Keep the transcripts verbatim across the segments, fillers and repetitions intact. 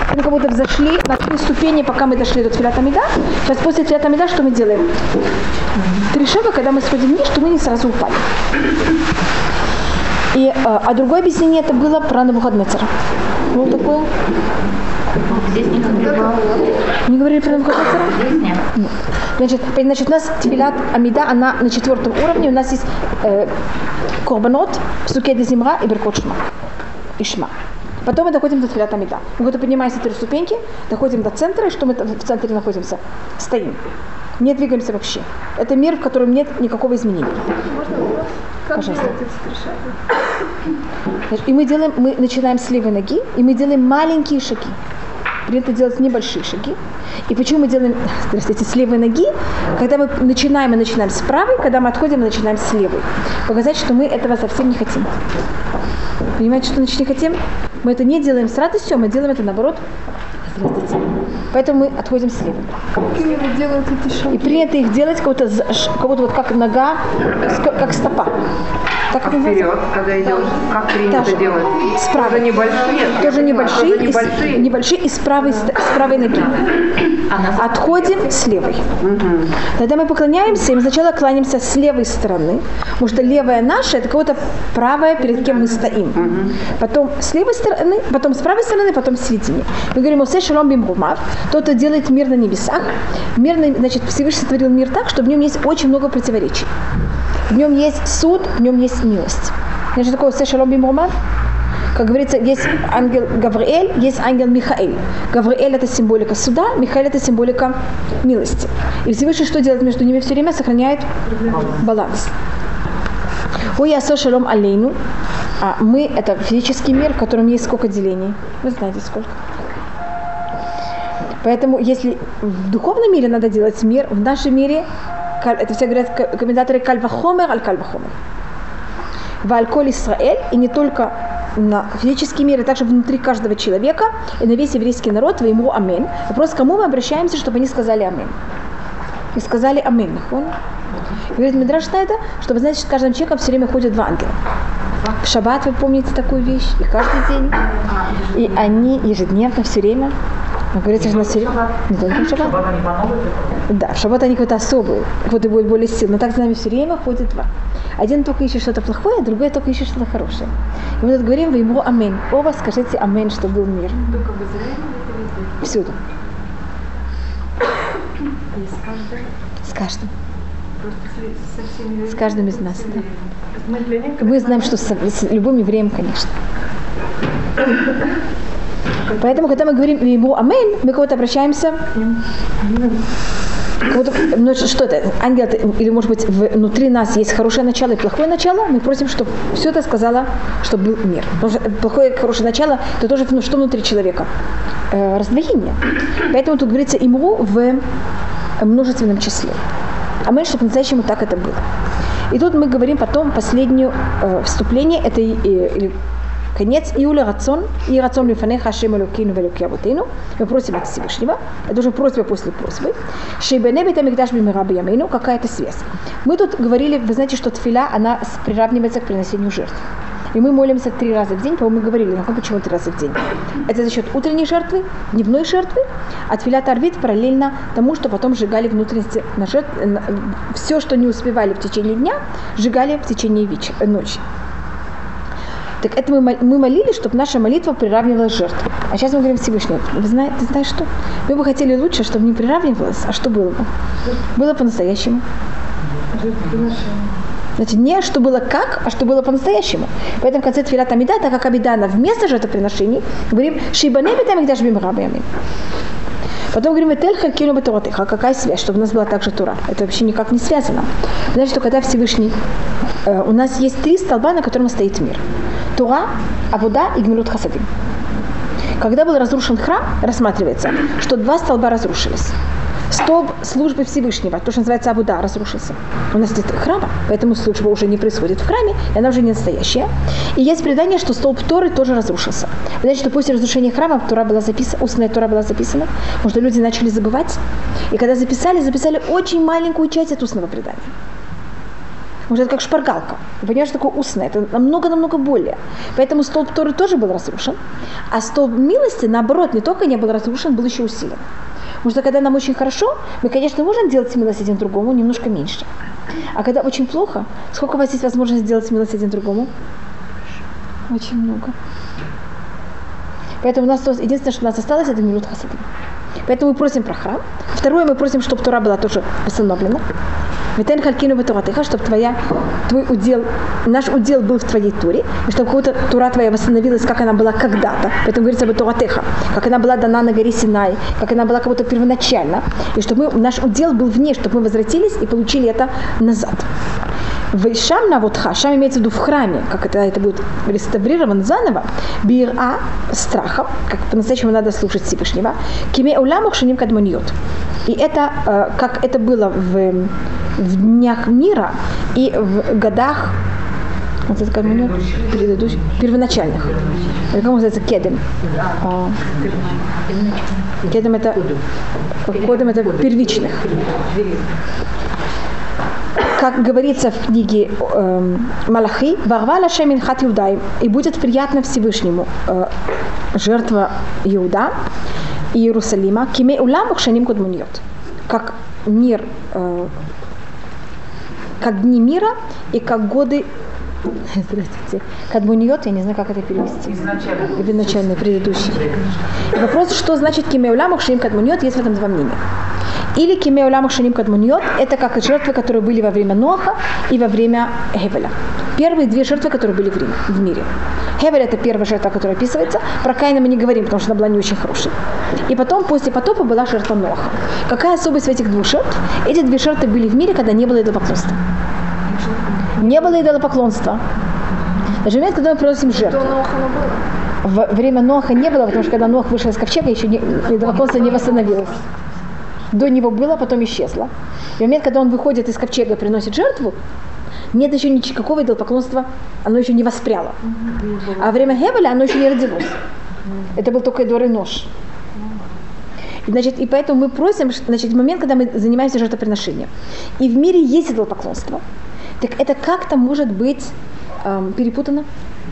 Мы как будто взошли на три ступени, пока мы дошли до Тфилат Амида. Сейчас после Тфилат Амида что мы делаем? Три шага, когда мы сходим вниз, что мы не сразу упали. И, а другое объяснение это было про Навуходоносора. Ну, такое? Здесь не говорили. Не говорили про Навуходоносора? Здесь нет. Нет. Значит, значит, у нас Тфилат Амида, она на четвертом уровне. У нас есть э, Корбанот, Псукей де Зимра и Беркот Шма. И Шма. Потом мы доходим до Тфилат Амида. Мы когда поднимаемся три ступеньки, доходим до центра, и что мы в центре находимся? Стоим. Не двигаемся вообще. Это мир, в котором нет никакого изменения. Можно вопрос? Как Пожалуйста. делать эти три шага? И мы делаем, мы начинаем с левой ноги, и мы делаем маленькие шаги. Принято делать небольшие шаги. И почему мы делаем, здравствуйте, с левой ноги? Когда мы начинаем, мы начинаем с правой, когда мы отходим, мы начинаем с левой. Показать, что мы этого совсем не хотим. Понимаете, что значит не хотим? Мы это не делаем с радостью, а мы делаем это наоборот. Здравствуйте. Поэтому мы отходим с левой. Как именно делают эти шаги? И принято их делать как будто, как будто вот как нога, как стопа. Так а вперед, когда идем, как принято Даже. делать? Справа. Тоже небольшие? Тоже небольшие, Тоже небольшие. И, небольшие и с правой, с правой ноги. Отходим с левой. Угу. Тогда мы поклоняемся, и мы сначала кланяемся с левой стороны, потому что левая наша, это кого-то правая, перед кем мы стоим. Угу. Потом с левой стороны, потом с правой стороны, потом в середине. Мы говорим, «Осе шалом бимрумав», тот, кто делает мир на небесах. Мир, значит, Всевышний сотворил мир так, что в нем есть очень много противоречий. В нем есть суд, в нем есть милость. Значит, такое «Осе шалом бимрумав». Как говорится, есть ангел Гавриэль, есть ангел Михаэль. Гавриэль – это символика суда, Михаэль – это символика милости. И Всевышний что делает между ними? Все время сохраняет баланс. Ой, асо шалом алейну. А мы – это физический мир, в котором есть сколько делений? Вы знаете, сколько? Поэтому, если в духовном мире надо делать мир, в нашем мире, это все говорят комментаторы, кальвахомер аль кальвахомер. Вальколь Исраэль, и не только на физический мир, а также внутри каждого человека и на весь еврейский народ, ему амин. Вопрос, к кому мы обращаемся, чтобы они сказали амин. И сказали амин. Говорит Мидраш Тайда, что вы знаете, что с каждым человеком все время ходят два ангела. В шаббат вы помните такую вещь, и каждый день. И они ежедневно, все время. Но говорится же на все время. Не только в шаббат. Да, в шаббат они какой-то особый, какой-то будет более сил. Но так с нами все время ходят два. Один только ищет что-то плохое, а другой только ищет что-то хорошее. И мы тут говорим, вы ему амин. Оба скажите амин, что был мир. Только в Израиле или везде? Всюду. И с каждым? С каждым. Просто со всеми С каждым из нас, да. Мы, для них, Мы знаем, что с, с любым евреем, конечно. Поэтому, когда мы говорим ему амин, мы к кому-то обращаемся. Ну, что это? Ангел, или может быть внутри нас есть хорошее начало и плохое начало, мы просим, чтобы все это сказала, чтобы был мир. Потому что плохое и хорошее начало, это тоже, ну, что внутри человека? Э, раздвоение. Поэтому тут говорится имру в множественном числе. Амин, чтобы по-настоящему так это было. И тут мы говорим потом последнее э, вступление, это э, конец Иуля Рацон, и Рацон Лифанеха Ашем Элокейну Велокей Авотейну. Мы просим от Всевышнего. Это уже просьба после просьбы. Шейбене бейт амикдаш бимира б'ямейну. Какая-то связь. Мы тут говорили, вы знаете, что тфиля, она приравнивается к приношению жертв. И мы молимся три раза в день, по-моему, мы говорили, но почему три раза в день? Это за счет утренней жертвы, дневной жертвы, а тфиля тарвит параллельно тому, что потом сжигали внутренности на жертв, на, все, что не успевали в течение дня, сжигали в течение вечера, ночи. Так это мы, мы молились, чтобы наша молитва приравнивалась жертве. А сейчас мы говорим Всевышнему. Вы знаете, ты знаешь что? Мы бы хотели лучше, чтобы не приравнивалось, а что было бы? Было по-настоящему. Значит, не что было как, а что было по-настоящему. Поэтому в конце Тфилат Амида, так как Амидана вместо жертвоприношений, говорим «Шейбане бейт амикдаш бимира б'ямейну». Потом говорим «Этель халькейну б'торатеха». Какая связь, чтобы у нас была также Тора? Это вообще никак не связано. Значит, что когда Всевышний... Э, у нас есть три столба, на котором стоит мир. Тора, Авода и Гмилут Хасадим. Когда был разрушен храм, рассматривается, что два столба разрушились. Столб службы Всевышнего, то, что называется Авода, разрушился. У нас нет храма, поэтому служба уже не происходит в храме, и она уже не настоящая. И есть предание, что столб Торы тоже разрушился. Вы знаете, что после разрушения храма Тора была записана, устная Тора была записана, потому что люди начали забывать. И когда записали, записали очень маленькую часть от устного предания. Может, это как шпаргалка. Вы понимаете, что такое устное? Это намного-намного более. Поэтому столб Торы тоже был разрушен. А столб милости, наоборот, не только не был разрушен, был еще усилен. Потому что когда нам очень хорошо, мы, конечно, можем делать милость один другому немножко меньше. А когда очень плохо, сколько у вас есть возможность сделать милость один другому? Очень много. Поэтому у нас единственное, что у нас осталось, это милут хасадим. Поэтому мы просим про храм. Второе, мы просим, чтобы Тора была тоже восстановлена. Витен халькину бетуратыха, чтобы твоя, твой удел, наш удел был в твоей Торе, и чтобы какая-то Тора твоя восстановилась, как она была когда-то. Поэтому говорится бетуратыха, как она была дана на горе Синай, как она была как будто первоначально, и чтобы мы, наш удел был в ней, чтобы мы возвратились и получили это назад. В Шам наводха, Шам имеется в виду в храме, как это, это будет реставрировано заново, бир-а, страхом, как по-настоящему надо слушать Всевышнего, киме уламух шаним кадмоньот. И это, э, как это было в, в днях мира и в годах, вот это кадмоньот, предыдущих, первоначальных. Как называется кедем? А, кедем это, кодем это первичных. Как говорится в книге э, Малахи, «Варва лашем минхат Иудаим», и будет приятно Всевышнему э, жертва Иуда и Иерусалима, «Кимей улам ухшаним кодмуньот», как мир, э, как дни мира и как годы, здравствуйте, кадмуньот, я не знаю, как это перевести. Изначальный. Изначальный, предыдущий. И вопрос, что значит «Кимей улам ухшаним кодмуньот», есть в этом два мнения. Или кимей улам шаним кадмуньот, это как жертвы, которые были во время Ноаха и во время Хевеля. Первые две жертвы, которые были в, Риме, в мире. Хевель это первая жертва, которая описывается. Про Каина мы не говорим, потому что она была не очень хорошей. И потом, после потопа, была жертва Ноаха. Какая особенность в этих двух жертв? Эти две жертвы были в мире, когда не было идолопоклонства. Не было идолопоклонства. Даже в момент, когда мы приносим жертву. Во время Ноаха не было, потому что когда Ноах вышел из ковчега, еще не, идолопоклонство не восстановилось. До него было, потом исчезло. И в момент, когда он выходит из ковчега и приносит жертву, нет еще никакого идолопоклонства, оно еще не воспряло. А во время Хевеля оно еще не родилось. Это был только Эдор и Нож. И, значит, и поэтому мы просим, значит, в момент, когда мы занимаемся жертвоприношением, и в мире есть идолопоклонство, так это как-то может быть эм, перепутано.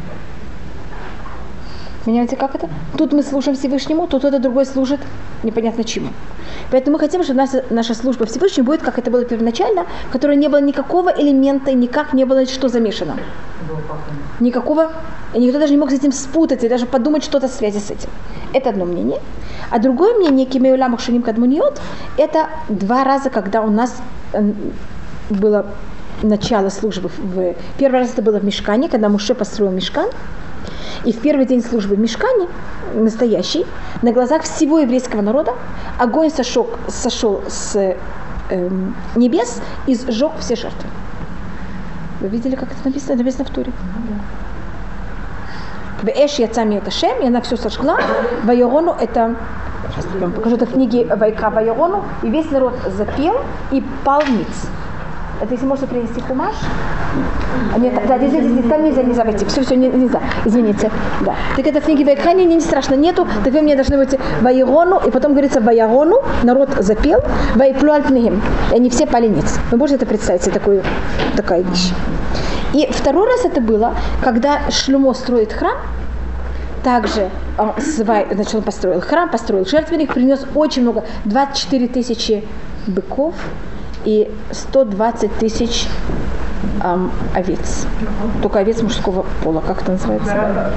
Понимаете, как это? Тут мы служим Всевышнему, тут кто-то другой служит непонятно чему. Поэтому мы хотим, чтобы наша, наша служба Всевышнему будет, как это было первоначально, в которой не было никакого элемента, никак не было что замешано. Никакого, и никто даже не мог с этим спутать, и даже подумать что-то в связи с этим. Это одно мнение. А другое мнение, кимей улам ухшаним кадмуньот, это два раза, когда у нас было начало службы. В... Первый раз это было в Мишкане, когда Моше построил Мишкан. И в первый день службы в Мишкане, настоящий, на глазах всего еврейского народа, огонь сошел, сошел с э, небес и сжег все жертвы. Вы видели, как это написано? Это написано в Торе. Вэш яцами это шем, и она все сожгла. Вайорону это, сейчас я вам покажу, это в книге Вайкра Вайорону, и весь народ запел и пал ниц. Это если можете принести хумаш. А нет, да, здесь, здесь, здесь, там нельзя, нельзя войти. Все, все, не, нельзя. Извините. Да. Так это в книге Вайкра, не, не страшно, нету. Так вы мне должны быть Вайрону, и потом говорится Вайрону, народ запел, Вайплю альпнехим. И они все пали ниц. Вы можете это представить себе такую, такая вещь. И второй раз это было, когда Шломо строит храм, также значит, он построил храм, построил жертвенник, принес очень много, двадцать четыре тысячи быков и сто двадцать тысяч эм, овец. Только овец мужского пола, как это называется?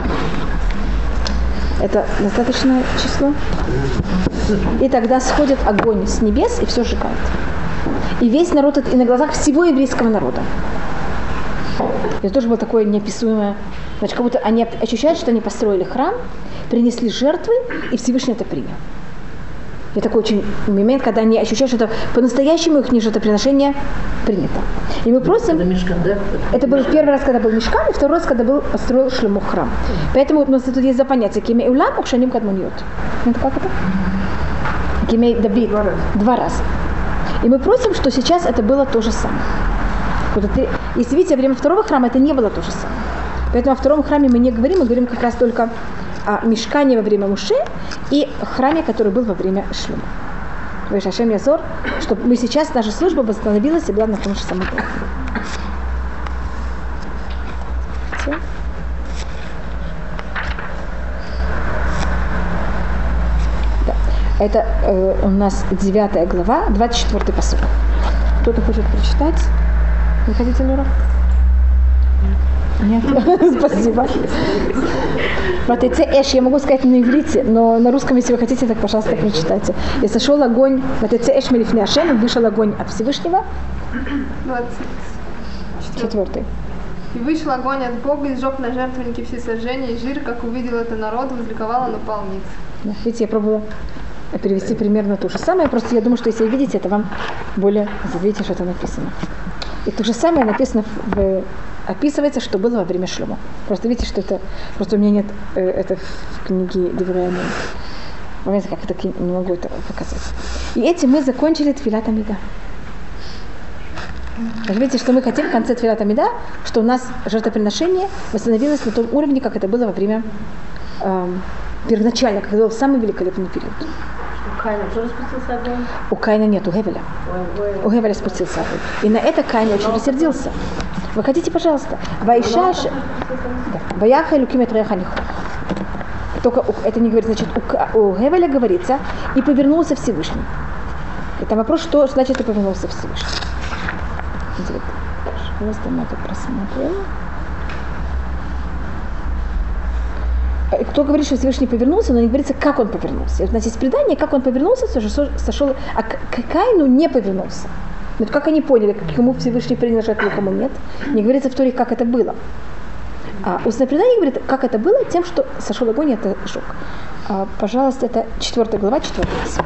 Это достаточное число. И тогда сходит огонь с небес и все сжигает. И весь народ, и на глазах всего еврейского народа. Это тоже было такое неописуемое. Значит, как будто они ощущают, что они построили храм, принесли жертвы, и Всевышний это принял. Это такой очень момент, когда они ощущают, что это по-настоящему их жертвоприношение принято. И мы просим... Это Мишкан, да? Это был первый раз, когда был Мишкан, и второй раз, когда был построил Шломо храм. Поэтому у нас тут есть за понятие кимей улам ухшаним кадмуньот. Это как это? Кимей Давид. Два раза. Два раза. И мы просим, что сейчас это было то же самое. Вот это, если видите, во время второго храма это не было то же самое. Поэтому о втором храме мы не говорим, мы говорим как раз только о Мишкане во время Моше и храме, который был во время Шломо. Вэшашем Язор, чтобы мы сейчас, наша служба восстановилась и была на том же самом уровне. Все. Это э, у нас девятая глава, двадцать четвёртый пасук. Кто-то хочет прочитать? Вы хотите, Нура? Нет? Спасибо. Ватыце эш, я могу сказать на иврите, но на русском, если вы хотите, так, пожалуйста, прочитайте. И сошел огонь, ватыце эш мелифне Ашем, вышел огонь от Всевышнего. двадцать Четвертый. И вышел огонь от Бога, и сжег на жертвеннике все сожжения, и жир, как увидел это народ, возликовал, он упал ниц. Да, видите, я пробовала перевести примерно то же самое, просто я думаю, что если вы видите, это вам более видите, что это написано. И то же самое написано, в, описывается, что было во время Шломо. Просто видите, что это, просто у меня нет э, это в книге Деврей Амин. Вы знаете, как это, не могу это показать. И этим мы закончили Тфилат Амида. Видите, что мы хотим в конце Тфилат Амида, что у нас жертвоприношение восстановилось на том уровне, как это было во время э, первоначально, когда был самый великолепный период. У Каина тоже спустился огонь? У Каина нет, у Гевеля. У Гевеля спустился огонь. И на это Каин очень рассердился. Вы хотите, пожалуйста? Вайшаш. Ваяха и Луким Этреханиху. Только это не говорится, значит, у, у Гевеля говорится, и повернулся Всевышний. Это вопрос, что значит и повернулся Всевышний. Просто мы это просмотрим. Кто говорит, что Всевышний повернулся, но не говорится, как он повернулся. У нас есть предание, как он повернулся, сошел, а к Каину не повернулся. Но как они поняли, кому Всевышний принял жертву, кому нет, не говорится в Торе, как это было. А устное предание говорит, как это было, тем, что сошел огонь, это жег. А, пожалуйста, это четвёртая глава, четвёртый стих.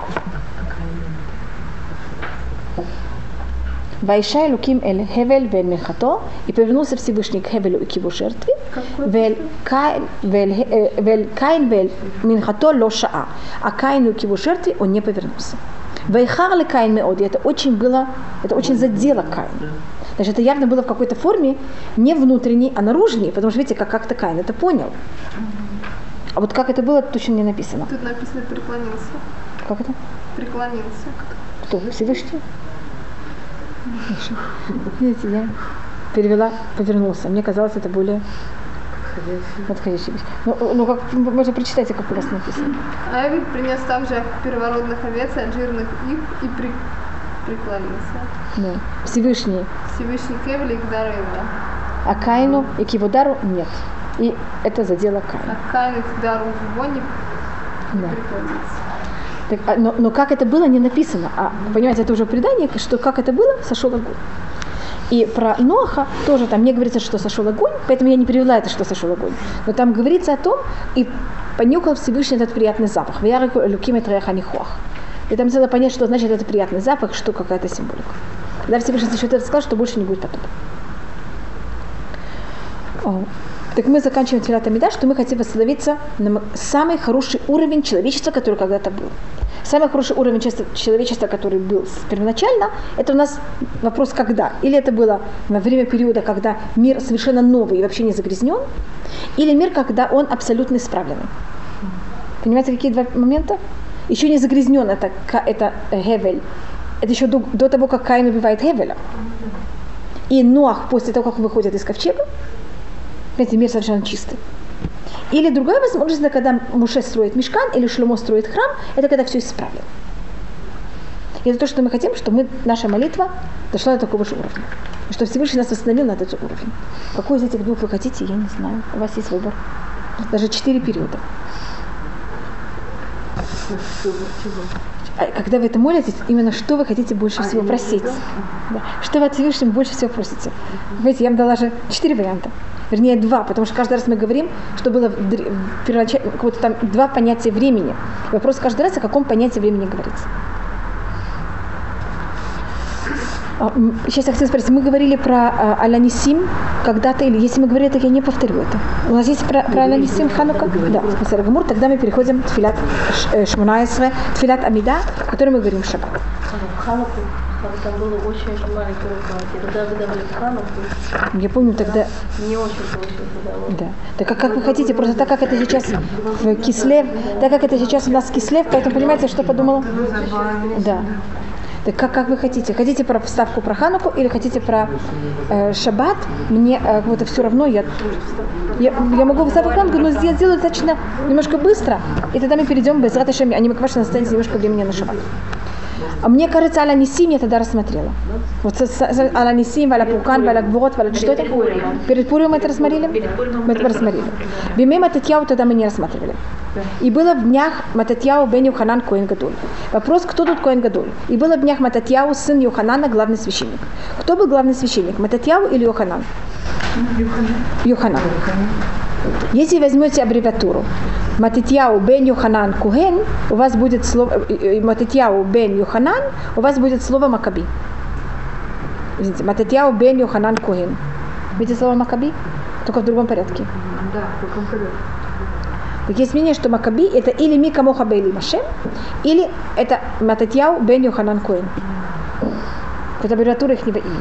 Вайшай луким эль Хевель вель Минхато, и повернулся Всевышний к Хевелю и к его жертве. Вель Каин вель Минхато ло шаа, а Каину и к его жертве он не повернулся. Вайхар ли Каин меоди, это очень было, это очень задело Каина. Значит, это явно было в какой-то форме не внутренней, а наружней, потому что видите, как как-то Каин это понял. А вот как это было, точно не написано. Тут написано преклонился. Как это? Преклонился. Кто? Всевышний? Видите, я перевела, повернулся. Мне казалось, это более подходящая вещь. Ну, ну как, можно прочитайте, как у вас написано. А Эвид принес также первородных овец, от жирных их, и при... преклонился. Да. Всевышний. Всевышний к Эвелю и к дару Эвеля. А Каину и к его дару нет. И это задело Каина. А Каин и к дару его не да. преклонился. Так, а, но, но как это было, не написано. А понимаете, это уже предание, что как это было, сошел огонь. И про Ноаха тоже там не говорится, что сошел огонь, поэтому я не перевела это, что сошел огонь. Но там говорится о том, и понюхал Всевышний этот приятный запах. И там надо понять, что значит это приятный запах, что какая-то символика. Когда Всевышний за счет этого сказал, что больше не будет потопа. Так мы заканчиваем Тфилат Амида, что мы хотим восстановиться на самый хороший уровень человечества, который когда-то был. Самый хороший уровень человечества, который был первоначально, это у нас вопрос когда. Или это было во время периода, когда мир совершенно новый и вообще не загрязнен, или мир, когда он абсолютно исправленный. Понимаете, какие два момента? Еще не загрязнен, это, это Гевель. Это еще до, до того, как Каин убивает Гевеля. И Ноах после того, как он выходит из ковчега, понимаете, мир совершенно чистый. Или другая возможность, это когда Моше строит мишкан, или Шломо строит храм, это когда все исправлено. И это то, что мы хотим, чтобы мы, наша молитва дошла до такого же уровня. И что Всевышний нас восстановил на этот уровень. Какой из этих двух вы хотите, я не знаю. У вас есть выбор. Даже четыре периода. А когда вы это молитесь, именно что вы хотите больше всего просить? Да. Что вы от Всевышнего больше всего просите? Видите, я вам дала же четыре варианта. Вернее, два, потому что каждый раз мы говорим, что было первоначально, какое-то там два понятия времени. Вопрос каждый раз, о каком понятии времени говорится. Сейчас я хотела спросить, мы говорили про Аланисим когда-то, или если мы говорили, так я не повторю это. У нас есть про, про Аланисим Ханука? Да, спасибо, Гамур. Тогда мы переходим к Тфилат Шмонайсре, Тфилат Амида, о которой мы говорим в Шаббат. Хануку. Там было очень маленькое руководство. Тогда вы давали Хануку. Я помню тогда... Не очень получилось. Да. Так как, как вы хотите, просто так как это сейчас в Кислев, так как это сейчас у нас Кислев, поэтому понимаете, что подумала? Да. Так как, как вы хотите? Хотите про вставку про Хануку или хотите про э, Шаббат? Мне э, вот это все равно. Я, я, я могу вставку про Хануку, но я сделаю достаточно немножко быстро. И тогда мы перейдем без Раташем. Они мы, конечно, останется немножко времени на Шаббат. А мне кажется, Аля Нисим я тогда рассмотрела. Вот Аля Нисим, Валя Пукан, Валя Гвот, Валя что это? Перед Пуримом это рассмотрели? Мы это рассмотрели. Биме Мататьяу тогда мы не рассматривали. И было в днях Мататьяу бен Йоханан Коэн Гадоль. Вопрос, кто тут Коэн Гадоль? И было в днях Мататьяу, сын Йоханана, главный священник. Кто был главный священник, Мататьяу или Йоханан? Йоханан. Если возьмете аббревиатуру Мататьяу бен Йоханан Коэн, у вас будет слово Мататьяу бен Йоханан, у вас будет слово Макаби. Извините, Мататьяу бен Йоханан Коэн. Видите слово Макаби? Только в другом порядке. Да, в другом порядке. Так есть мнение, что Макаби это или Мика Моха Бейли Машем, или это Мататьяу бен Йоханан Коэн. Это аббревиатура их имени.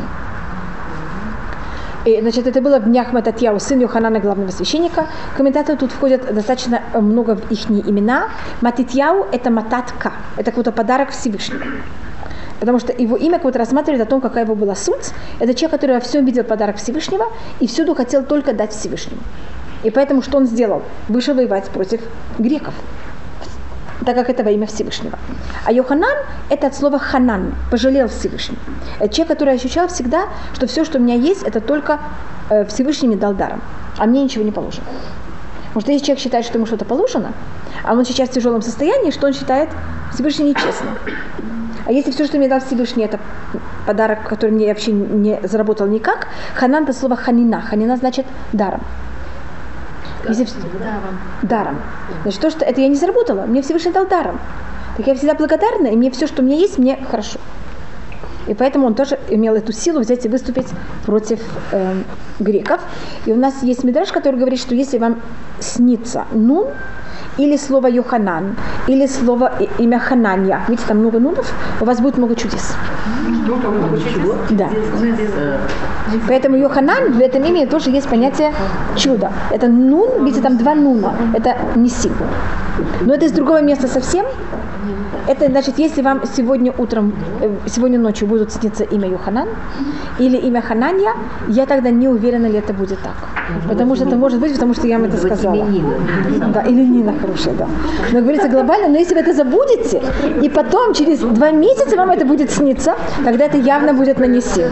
И, значит, это было в днях Мататьяу, сын Йоханана, главного священника. Комментаторы тут входят достаточно много в их имена. Мататьяу это Мататка, это какой-то подарок Всевышнему. Потому что его имя кого-то рассматривает о том, какая его была суть. Это человек, который во всем видел подарок Всевышнего и всюду хотел только дать Всевышнему. И поэтому что он сделал? Вышел воевать против греков, так как это во имя Всевышнего. А Йоханан – это от слова ханан, пожалел Всевышний. Это человек, который ощущал всегда, что все, что у меня есть, это только Всевышний мне дал даром, а мне ничего не положено. Потому что если человек считает, что ему что-то положено, а он сейчас в тяжелом состоянии, что он считает? Всевышний нечестно. А если все, что мне дал Всевышний, это подарок, который мне вообще не заработал никак, ханан – это слово ханина. Ханина значит даром. Если... Даром. Даром. Значит, то, что это я не заработала, мне Всевышний дал даром. Так я всегда благодарна, и мне все, что у меня есть, мне хорошо. И поэтому он тоже имел эту силу взять и выступить против э, греков. И у нас есть мидраш, который говорит, что если вам снится нун, или слово Йоханан, или слово имя Хананья, видите, там много нунов, у вас будет много чудес. Да. Поэтому Йоханан, в этом имени тоже есть понятие чуда. Это нун, видите, там два нуна, это нисим. Но это из другого места совсем. Это значит, если вам сегодня утром, сегодня ночью будут сниться имя Йоханан или имя Хананья, я тогда не уверена, ли это будет так. Потому что это может быть, потому что я вам это сказала. Да, или Нина хорошая, да. Но говорится глобально, но если вы это забудете, и потом через два месяца вам это будет сниться, тогда это явно будет нанесено.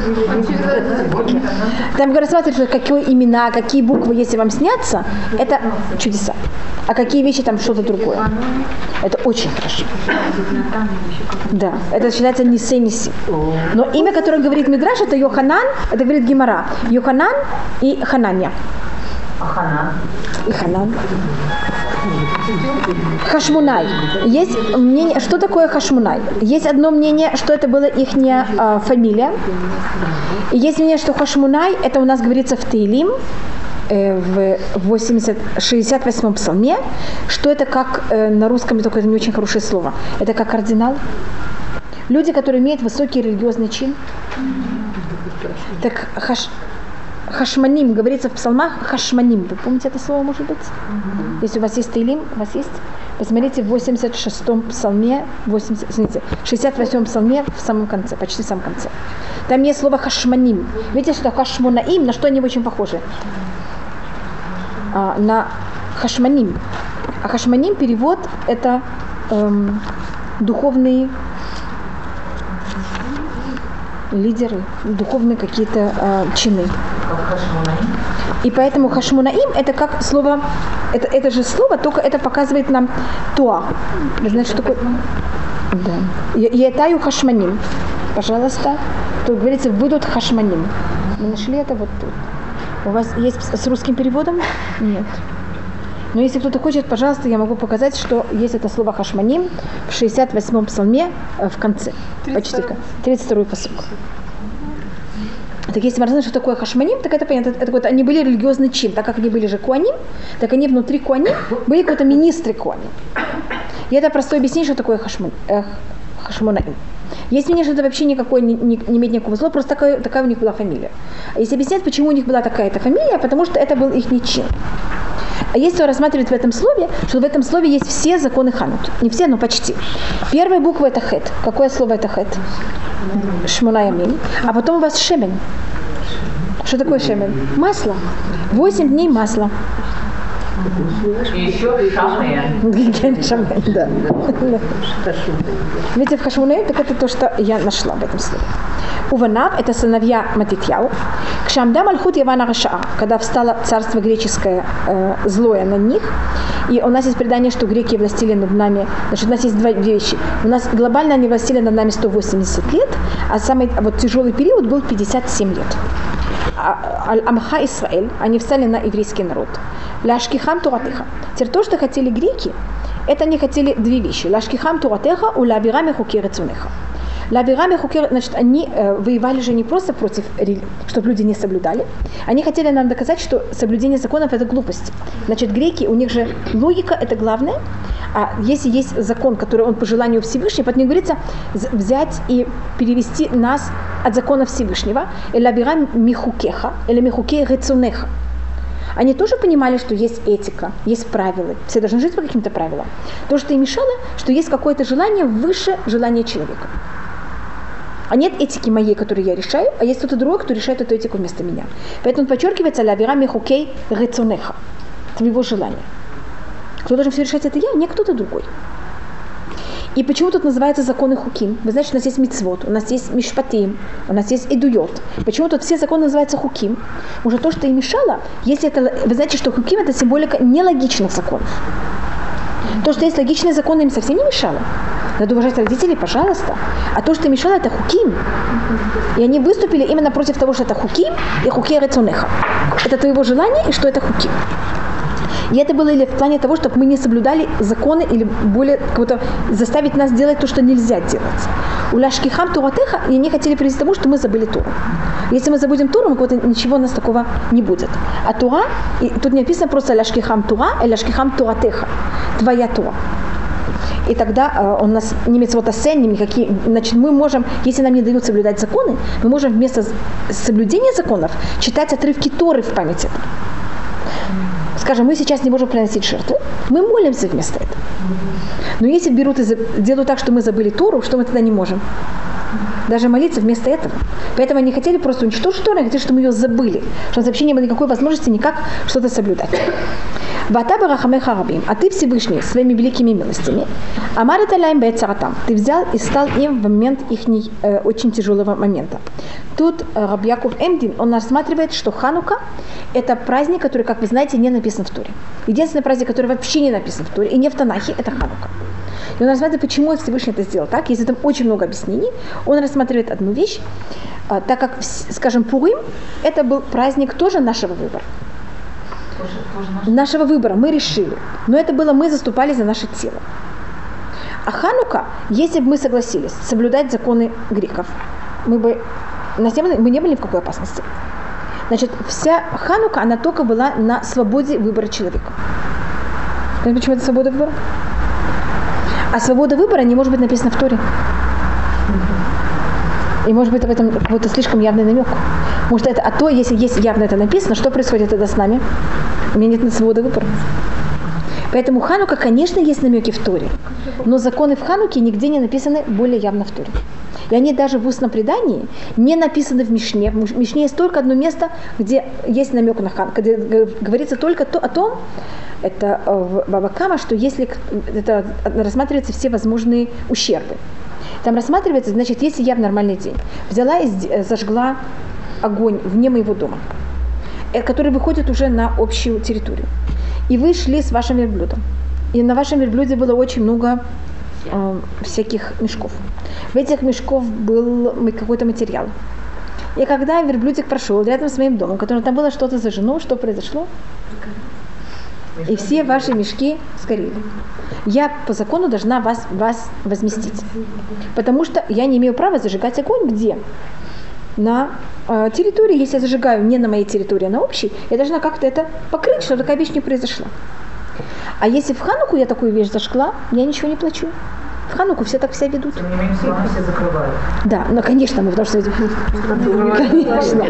Там рассматривают, какие имена, какие буквы, если вам снятся, это чудеса. А какие вещи там что-то другое. Это очень хорошо. Да, это считается нисе-ниси. Но имя, которое говорит Мидраш, это Йоханан, это говорит Гемара. Йоханан и Хананья. А Ханан? И Ханан. Хашмунай. Есть мнение, что такое Хашмунай? Есть одно мнение, что это была их э, фамилия. И есть мнение, что Хашмунай, это у нас говорится в Теилим, в восемьдесят, шестьдесят восьмом псалме, что это как э, на русском, только это не очень хорошее слово, это как кардинал. Люди, которые имеют высокий религиозный чин. Так хаш, хашманим, говорится в псалмах, хашманим. Вы помните это слово, может быть? Mm-hmm. Если у вас есть Теилим, у вас есть? Посмотрите в восемьдесят шестом псалме, восемьдесят, извините, шестьдесят восьмом псалме в самом конце, почти в самом конце. Там есть слово хашманим. Видите, что хашмунаим, на что они очень похожи? А, на хашманим. А хашманим перевод это эм, духовные лидеры, духовные какие-то э, чины. И поэтому хашмунаим это как слово, это, это же слово, только это показывает нам туа. Вы знаете, что такое? Да. Етаю хашманим. Пожалуйста. Тут говорится, выйдут хашманим. Мы нашли это вот тут. У вас есть с русским переводом? Нет. Но если кто-то хочет, пожалуйста, я могу показать, что есть это слово хашманим в шестьдесят восьмом псалме в конце. Почти тридцать второй пасук. Так если мы рассмотрим, что такое хашманим, так это понятно. Это, это, они были религиозный чин. Так как они были же куаним, так они внутри куаним были какие-то министры куаним. И это простое объяснение, что такое хашман, э, хашмунаим. Есть мнение, что это вообще никакой, не, не, не имеет никакого зла, просто такая, такая у них была фамилия. А если объяснять, почему у них была такая-то фамилия, потому что это был их чин. А если рассматривать в этом слове, что в этом слове есть все законы Хануки. Не все, но почти. Первая буква это хет. Какое слово это хет? Шмона ямим. А потом у вас шемен. Что такое шемен? Масло. Восемь дней масла. И еще шамен. Шамен, да. Видите, в Хашмуне, так это то, что я нашла в этом слове. Уванав, это сыновья Матитьяу. Кшамда Мальхут Явана Раша, когда встало царство греческое э, злое на них. И у нас есть предание, что греки властили над нами. Значит, у нас есть две вещи. У нас глобально они властили над нами сто восемьдесят лет, а самый вот, тяжелый период был пятьдесят семь лет. Амха Исраэль, они встали на еврейский народ. Ляшкихам Туратеха. Теперь то, что хотели греки, это они хотели две вещи. Ляшкихам Туратеха у лабирами хукеры цунеха. Лабирами хукеры, значит, они э, воевали же не просто против, чтобы люди не соблюдали. Они хотели нам доказать, что соблюдение законов это глупость. Значит, греки, у них же логика это главное. А если есть закон, который он по желанию Всевышнего, потом говорится взять и перевести нас от закона Всевышнего, лабирам михукеха, или михуке рецунеха. Они тоже понимали, что есть этика, есть правила. Все должны жить по каким-то правилам. То, что им мешало, что есть какое-то желание выше желания человека. А нет этики моей, которую я решаю, а есть кто-то другой, кто решает эту этику вместо меня. Поэтому подчеркивается «Лавира михукей рецунеха» – твоего желания. Кто должен все решать, это я, не кто-то другой. И почему тут называются законы хуким? Вы знаете, у нас есть мицвот, у нас есть мишпатим, у нас есть идуйот. Почему тут все законы называются хуким? Уже то, что им мешало, если это, вы знаете, что хуким это символика нелогичных законов. То, что есть логичные законы, им совсем не мешало. Надо уважать родителей, пожалуйста. А то, что им мешало, это хуким. И они выступили именно против того, что это хуким и хуке рецунеха. Это твоего желания и что это хуким. И это было или в плане того, чтобы мы не соблюдали законы или более как-то заставить нас делать то, что нельзя делать. У ляшкихам туратеха, и они хотели привести к тому, что мы забыли Тору. Если мы забудем Тору, ничего у нас такого не будет. А Тора, и тут не написано просто ляшкихам Тора, а ляшкихам туратеха. Твоя Тора. И тогда э, у нас не мицвот-асен, никакие, значит, мы можем, если нам не дают соблюдать законы, мы можем вместо соблюдения законов читать отрывки Торы в памяти. Скажем, мы сейчас не можем приносить жертвы, мы молимся вместо этого. Но если берут и делают так, что мы забыли Тору, что мы тогда не можем? Даже молиться вместо этого. Поэтому они хотели просто уничтожить Тору, они хотели, чтобы мы ее забыли, чтобы вообще не было никакой возможности никак что-то соблюдать. Вата барахамеха рабим, а ты Всевышний своими великими милостями, амар это лайм бэцаратам, ты взял и стал им в момент их э, очень тяжелого момента. Тут э, Раб Яков Эмдин, он рассматривает, что Ханука это праздник, который, как вы знаете, не написан в Торе. Единственный праздник, который вообще не написан в Торе и не в Танахе, это Ханука. И он рассматривает, почему Всевышний это сделал так. Есть там очень много объяснений. Он рассматривает одну вещь, э, так как, скажем, Пурим, это был праздник тоже нашего выбора. Тоже, тоже нашего выбора, мы решили. Но это было, мы заступали за наше тело. А Ханука, если бы мы согласились соблюдать законы греков, мы бы мы не были ни в какой опасности. Значит, вся Ханука, она только была на свободе выбора человека. Понимаете, почему это свобода выбора? А свобода выбора не может быть написана в Торе. И может быть в этом какой-то слишком явный намек. Может, это, а то, если есть явно это написано, что происходит тогда с нами? У меня нет свободы выбора. Поэтому Ханука, конечно, есть намеки в Торе, но законы в Хануке нигде не написаны более явно в Торе. И они даже в устном предании не написаны в Мишне. В Мишне есть только одно место, где есть намек на Хануку, где говорится только то, о том, это в Баба Кама, что если это рассматриваются все возможные ущербы. Там рассматривается, значит, если я в нормальный день взяла и зажгла огонь вне моего дома, который выходит уже на общую территорию, и вы шли с вашим верблюдом, и на вашем верблюде было очень много э, всяких мешков. В этих мешков был какой-то материал. И когда верблюдик прошел рядом с моим домом, в котором там было что-то зажжено, что произошло? И все ваши мешки сгорели. Я по закону должна вас, вас возместить. Потому что я не имею права зажигать огонь где? На э, территории. Если я зажигаю не на моей территории, а на общей, я должна как-то это покрыть, чтобы такая вещь не произошла. А если в Хануку я такую вещь зажгла, я ничего не плачу. В Хануку, все так себя ведут. Тем не менее, все равно все закрывают. Да, ну конечно, мы потому что... Конечно.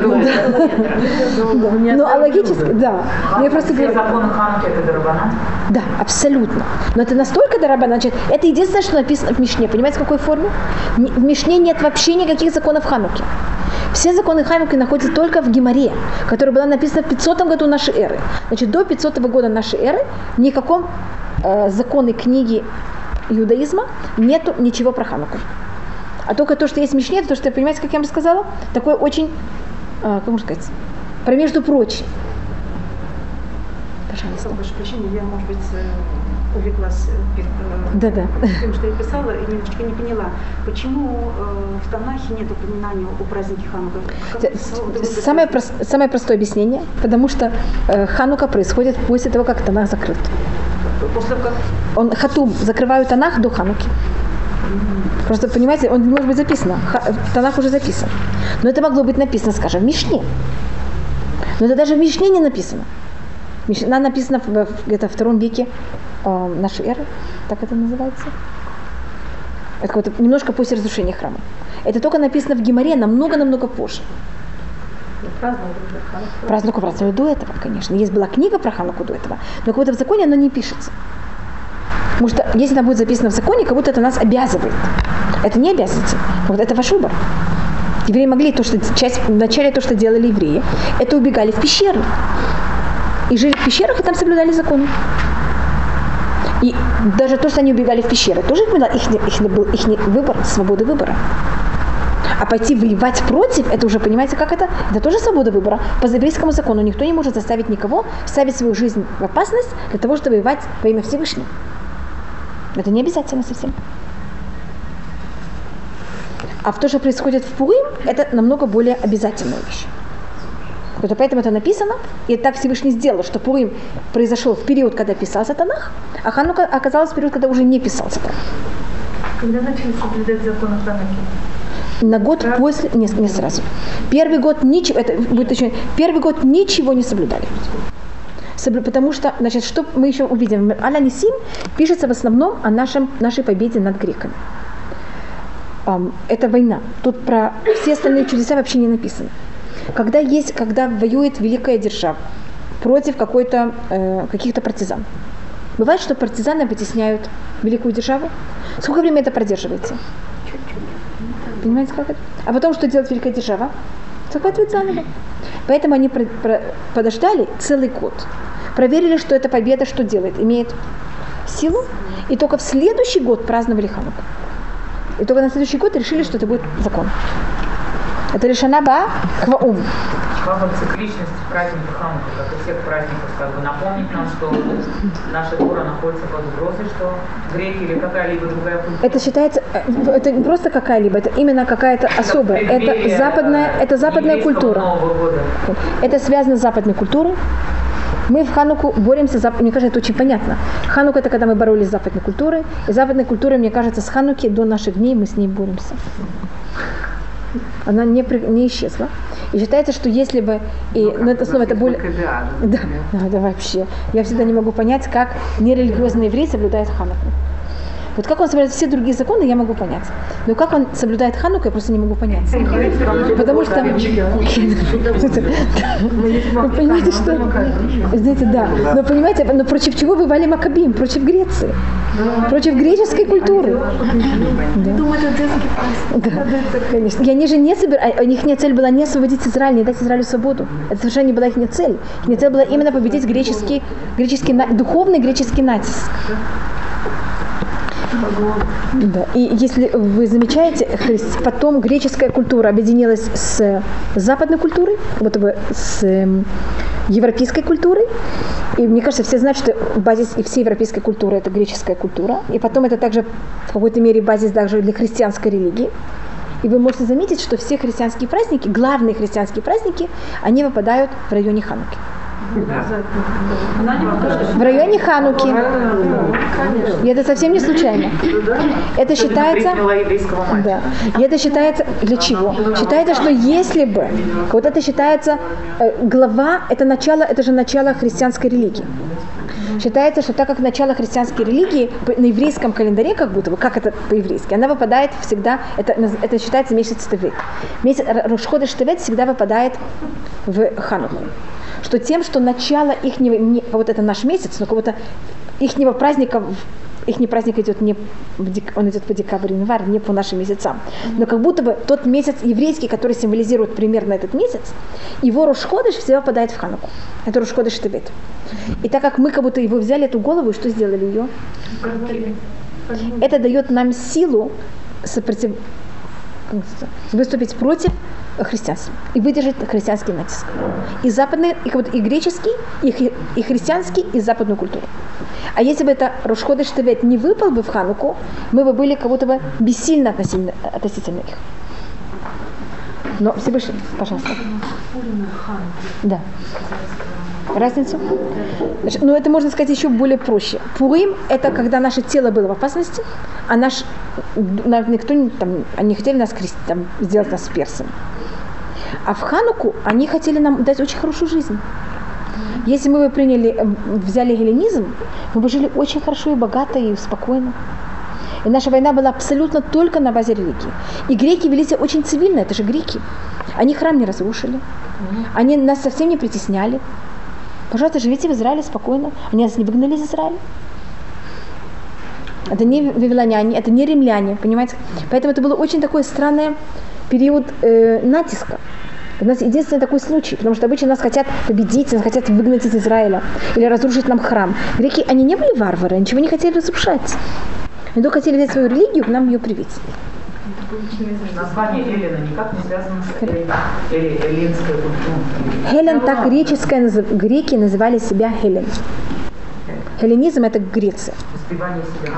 Ну, а логически, да. Я просто Все говорю... законы Хануки это дарабанан? Да, абсолютно. Но это настолько дарабанан, значит, это единственное, что написано в Мишне. Понимаете, в какой форме? В Мишне нет вообще никаких законов Хануки. Все законы Хануки находятся только в Гемаре, которая была написана в пятисотом году нашей эры. Значит, до пятисотого года нашей эры в никаком э, законе книги иудаизма нету ничего про Хануку. А только то, что есть в Мишне, то, что, понимаете, как я вам рассказала, такое очень, э, как можно сказать, про между прочим. Пожалуйста. Прошу прощения, я, может быть, увлеклась Да, да. тем, что я писала, и немножечко не поняла, почему э, в Танахе нет упоминания о празднике Ханука. Самое, прос, самое простое объяснение, потому что э, Ханука происходит после того, как Танах закрыт. После того, как... Он хатум, закрывают Танах до Хануки. Просто, понимаете, он не может быть записан. Танах уже записан. Но это могло быть написано, скажем, в Мишне. Но это даже в Мишне не написано. Мишна написана в, где-то в втором веке э, нашей эры, так это называется. Это вот немножко после разрушения храма. Это только написано в Гемаре намного-намного позже. Празднуку праздновали до этого, конечно. Есть была книга про Хануку до этого, но как будто в законе оно не пишется. Потому что если она будет записана в законе, как будто это нас обязывает. Это не обязательно. Вот это ваш выбор. Евреи могли то, что часть, вначале то, что делали евреи, это убегали в пещеры. И жили в пещерах, и там соблюдали законы. И даже то, что они убегали в пещеры, тоже был их, их, их, их выбор, свобода выбора. А пойти воевать против, это уже, понимаете, как это? Это тоже свобода выбора. По еврейскому закону никто не может заставить никого ставить свою жизнь в опасность для того, чтобы воевать во имя Всевышнего. Это не обязательно совсем. А то, что происходит в Пурим, это намного более обязательная вещь. Вот поэтому это написано, и так Всевышний сделал, что Пурим произошел в период, когда писался Танах, а Ханука оказалась в период, когда уже не писался Танах. Когда начали соблюдать закон о Танахе? На год да. после, не, не сразу. Первый год ничего, это будет еще, первый год ничего не соблюдали. Соблю, потому что, значит, что мы еще увидим, Аля Нисим пишется в основном о нашем, нашей победе над греками. Um, это война. Тут про все остальные чудеса вообще не написано. Когда есть, когда воюет великая держава против какой-то, э, каких-то партизан. Бывает, что партизаны вытесняют великую державу. Сколько времени это продерживается? Понимаете, как это? А потом что делает великая держава? Захватывает заново. Поэтому они про- про- подождали целый год. Проверили, что эта победа что делает? Имеет силу. И только в следующий год праздновали Хануку. И только на следующий год решили, что это будет закон. Это решена ба кваум. Как вот цикличность праздника Ханука, как и всех праздников, как бы напомнить нам, что наша Тора находится под угрозой, что греки или какая-либо другая культура. Это считается, это не просто какая-либо, это именно какая-то особая. Это западная, это западная культура. Это связано с западной культурой. Мы в Хануку боремся, за, мне кажется, это очень понятно. Ханука – это когда мы боролись с западной культурой. И западной культурой, мне кажется, с Хануки до наших дней мы с ней боремся. Она не, не исчезла. И считается, что если бы... И, ну, но это снова это более... Да, да, да, вообще. Я всегда не могу понять, как нерелигиозный еврей соблюдает Хануку. Вот как он соблюдает все другие законы, я могу понять. Но как он соблюдает Хануку, я просто не могу понять. Потому что... Вы понимаете, что... Знаете, да. Но понимаете, но против чего воевали Маккабим? Против Греции. Против греческой культуры. Думаю, это детский праздник. Да, конечно. И они же не собирались... У них не цель была не освободить Израиль, не дать Израилю свободу. Это совершенно не была их не цель. Их цель была именно победить греческий, греческий, духовный греческий натиск. Да. И если вы замечаете, потом греческая культура объединилась с западной культурой, вот бы с европейской культурой. И мне кажется, все знают, что базис и всей европейской культуры это греческая культура. И потом это также в какой-то мере базис также для христианской религии. И вы можете заметить, что все христианские праздники, главные христианские праздники, они выпадают в районе Хануки. В районе Хануки. И это совсем не случайно. Это считается... Да. И это считается... Для чего? Считается, что если бы... Вот это считается... Глава, это начало, это же начало христианской религии. Считается, что так как начало христианской религии на еврейском календаре, как будто бы, как это по-еврейски, она выпадает всегда, это, это считается месяц Тевет. Месяц Рош ходеш Тевет всегда выпадает в Хануку. Что тем, что начало их, не, вот это наш месяц, но кого-то ихнего праздника, их праздник идет не, он идет по декабрю, январь, не по нашим месяцам. Но как будто бы тот месяц еврейский, который символизирует примерно этот месяц, его Рош ходеш всегда попадает в Хануку. Это Рош ходеш Тевет. И так как мы как будто его взяли, эту голову, и что сделали ее? Это дает нам силу сопротив... выступить против христианства и выдержать христианский натиск. И западный, и, как будто, и греческий, и, и христианский, и западную культуру. А если бы это Рош ходеш Тевет не выпал бы в Хануку, мы бы были как будто бы бессильно относительно, относительно их. Но Всевышний, пожалуйста. Да. Разницу? Значит, ну, это можно сказать еще более проще. Пурим – это когда наше тело было в опасности, а наш, никто там, они хотели нас крестить, там, сделать нас персами. А в Хануку они хотели нам дать очень хорошую жизнь. Если мы бы приняли, взяли гелленизм, мы бы жили очень хорошо и богато, и спокойно. И наша война была абсолютно только на базе религии. И греки вели себя очень цивильно, это же греки. Они храм не разрушили, они нас совсем не притесняли. Пожалуйста, живите в Израиле спокойно. Они нас не выгнали из Израиля. Это не вавилоняне, это не римляне, понимаете? Поэтому это был очень такой странный период э, натиска. У нас единственный такой случай, потому что обычно нас хотят победить, нас хотят выгнать из Израиля или разрушить нам храм. Греки, они не были варвары, ничего не хотели разрушать. Они только хотели взять свою религию, к нам ее привить. Название Эллина никак не связано с эллинской культурой. Хелен, так греческое, греки называли себя Хелен. Хелленизм – это Греция. Успевание себя.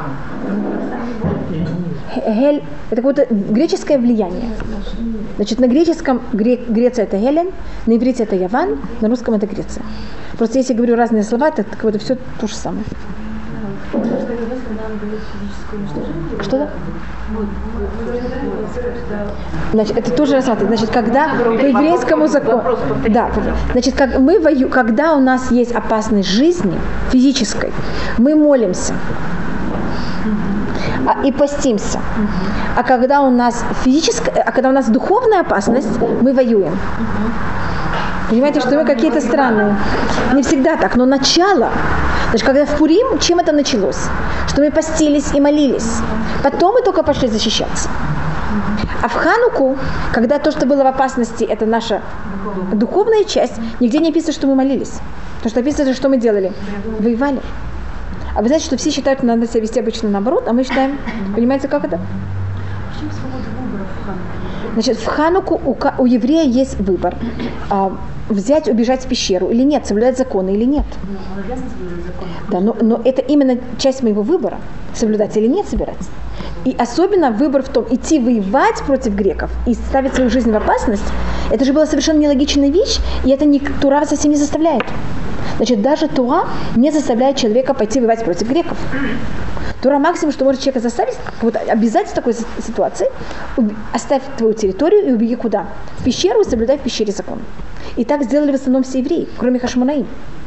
Хель – это какое-то греческое влияние. Значит, на греческом Гре- Греция – это Хелен, на иврите – это Яван, на русском – это Греция. Просто если я говорю разные слова, то это все то же самое. Что-то? Значит, это тоже рассматривается. Значит, когда по еврейскому закону, да, значит, как мы вою, когда у нас есть опасность жизни физической, мы молимся а, и постимся. А когда у нас физическая, а когда у нас духовная опасность, мы воюем. Понимаете, что мы какие-то странные. Не всегда так, но начало. Значит, когда в Пурим, чем это началось? Что мы постились и молились. Потом мы только пошли защищаться. А в Хануку, когда то, что было в опасности, это наша духовная часть, нигде не написано, что мы молились. Потому что написано, что мы делали. Воевали. А вы знаете, что все считают, что надо себя вести обычно наоборот, а мы считаем, понимаете, как это? Почему свобода выбора в Хануке? Значит, в Хануку у, у еврея есть выбор. А, взять, убежать в пещеру или нет, соблюдать законы или нет. Ну, он обязан соблюдать законы. Да, но, но это именно часть моего выбора, соблюдать или нет собирать. И особенно выбор в том, идти воевать против греков и ставить свою жизнь в опасность, это же была совершенно нелогичная вещь, и это не, Тура совсем не заставляет. Значит, даже Тура не заставляет человека пойти воевать против греков. Тура максимум, что может человека заставить, вот обязать в такой ситуации, оставь твою территорию и убеги куда? В пещеру и соблюдай в пещере закон. И так сделали в основном все евреи, кроме Хашмонаим.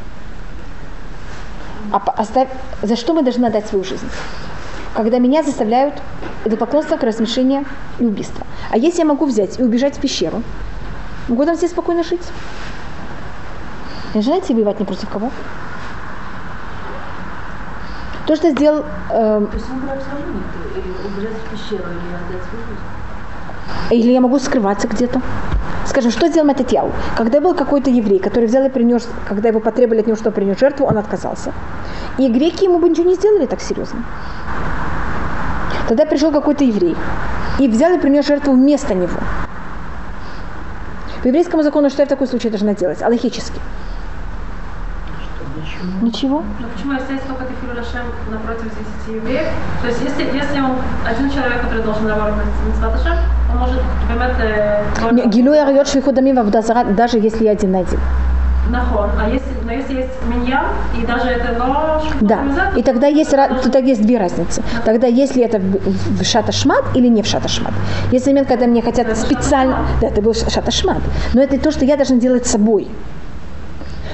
А оставь, за что мы должны отдать свою жизнь? Когда меня заставляют идолопоклонство, размешение и убийство. А если я могу взять и убежать в пещеру, могу там все спокойно жить. Не желаете воевать не против кого? То, что сделал... Э, То есть выбор абсолютно нет, или убежать в пещеру, или отдать свою жизнь? Или я могу скрываться где-то. Скажем, что сделал Мататьяу? Когда был какой-то еврей, который взял и принес, когда его потребовали от него, что принес жертву, он отказался. И греки ему бы ничего не сделали так серьезно. Тогда пришел какой-то еврей и взял и принес жертву вместо него. По еврейскому закону, что я в такой случае должна делать? Аллахически. Ничего. Но почему, если есть только Тефилу Лашем напротив десяти евреев, то есть если, если он один человек, который должен работать на Мицват Ашем, он может поймать... Гилуй арьот швихудами вавдазара, даже если я один на один. Нахон. А если, но если есть миньян, и даже это но... Да, и тогда есть, тогда есть две разницы. Тогда если это в шаташмат или не в шаташмат. Есть момент, когда мне хотят специально... Да, это был шаташмат. Но это то, что я должна делать с собой.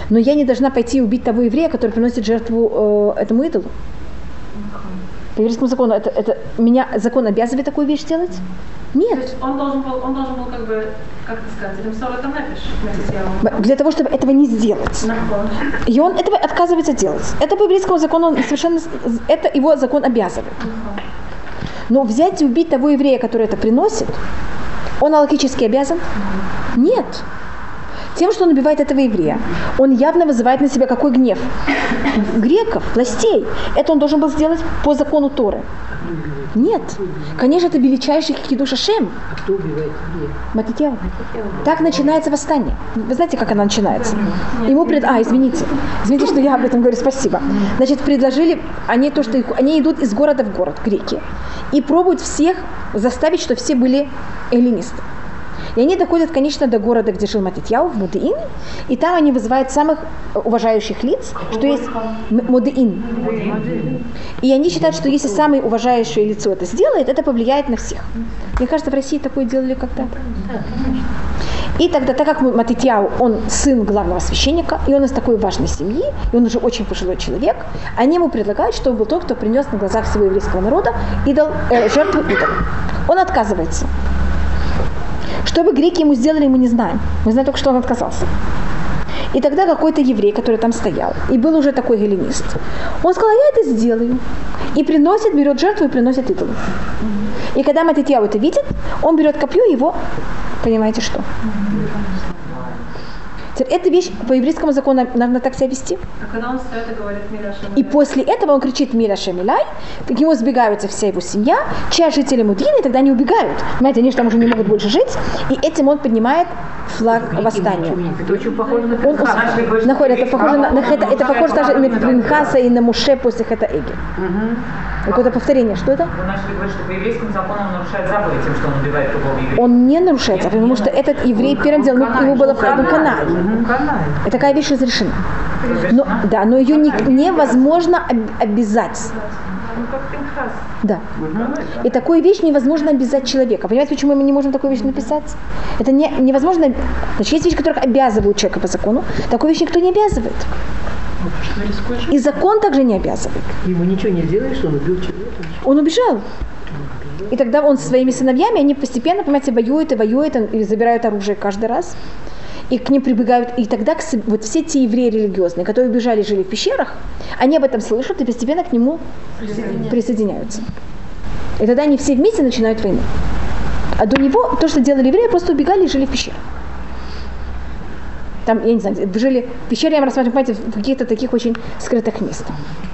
Но я не должна пойти и убить того еврея, который приносит жертву э, этому идолу. По еврейскому закону это, это меня закон обязывает такую вещь делать? Нет. То есть он должен был, он должен был как бы, как это сказать, этим ссор это напишешь. Для того, чтобы этого не сделать. И он этого отказывается делать. Это по еврейскому закону он совершенно, это его закон обязывает. Но взять и убить того еврея, который это приносит, он аллахически обязан? Нет. Тем, что он убивает этого еврея, он явно вызывает на себя какой гнев? Греков, властей. Это он должен был сделать по закону Торы. Нет. Конечно, это величайший кидуш Ашем. А кто убивает евреев? Матитьяу. Так начинается восстание. Вы знаете, как оно начинается? Ему пред... А, извините. Извините, что я об этом говорю, спасибо. Значит, предложили, они то, что их... они идут из города в город, греки, и пробуют всех заставить, чтобы все были эллинисты. И они доходят, конечно, до города, где жил Матитьяу, в Модеин, и там они вызывают самых уважающих лиц, что есть Модеин. И они считают, что если самое уважающее лицо это сделает, это повлияет на всех. Мне кажется, в России такое делали когда-то. И тогда, так как Матитьяу, он сын главного священника, и он из такой важной семьи, и он уже очень пожилой человек, они ему предлагают, чтобы был тот, кто принес на глазах всего еврейского народа идол, э, жертву идола. Он отказывается. Что бы греки ему сделали, мы не знаем. Мы знаем только, что он отказался. И тогда какой-то еврей, который там стоял, и был уже такой гелленист, он сказал, я это сделаю. И приносит, берет жертву и приносит идолу. И когда Матитьяу это видит, он берет копье и его, понимаете что? Эта вещь по еврейскому закону надо так себя вести. А когда он встает и говорит Миля Шамилай? И после этого он кричит Миля Шамилай, к нему сбегаются вся его семья, часть жителей Мудины, и тогда они убегают. Понимаете, они же там уже не могут больше жить, и этим он поднимает флаг восстания. Это очень похоже на Он ус... находит, это похоже на, на это, это похоже даже на Пинхаса и на Муше после Хета Эги. Какое-то повторение. Что это? Вы начали говорить, что по еврейскому закону он нарушает заповедь тем, что он убивает другого еврея. Он не нарушает заповедь, потому что этот еврей первым делом, ему было в Канае. И такая вещь разрешена. Но, да, но ее не, невозможно обязать. Да. И такую вещь невозможно обязать человека. Понимаете, почему мы не можем такую вещь написать? Это не, невозможно. Значит, есть вещи, которые обязывают человека по закону. Такую вещь никто не обязывает. И закон также не обязывает. Ему ничего не сделаешь, он убил человека. Он убежал. И тогда он со своими сыновьями, они постепенно, понимаете, воюют и воюют, и забирают оружие каждый раз. И к ним прибегают. И тогда вот все те евреи религиозные, которые убежали и жили в пещерах, они об этом слышат и постепенно к нему присоединяются. присоединяются. И тогда они все вместе начинают войну. А до него то, что делали евреи, просто убегали и жили в пещерах. Там, я не знаю, жили в пещере, я рассматриваю, понимаете, в каких-то таких очень скрытых местах.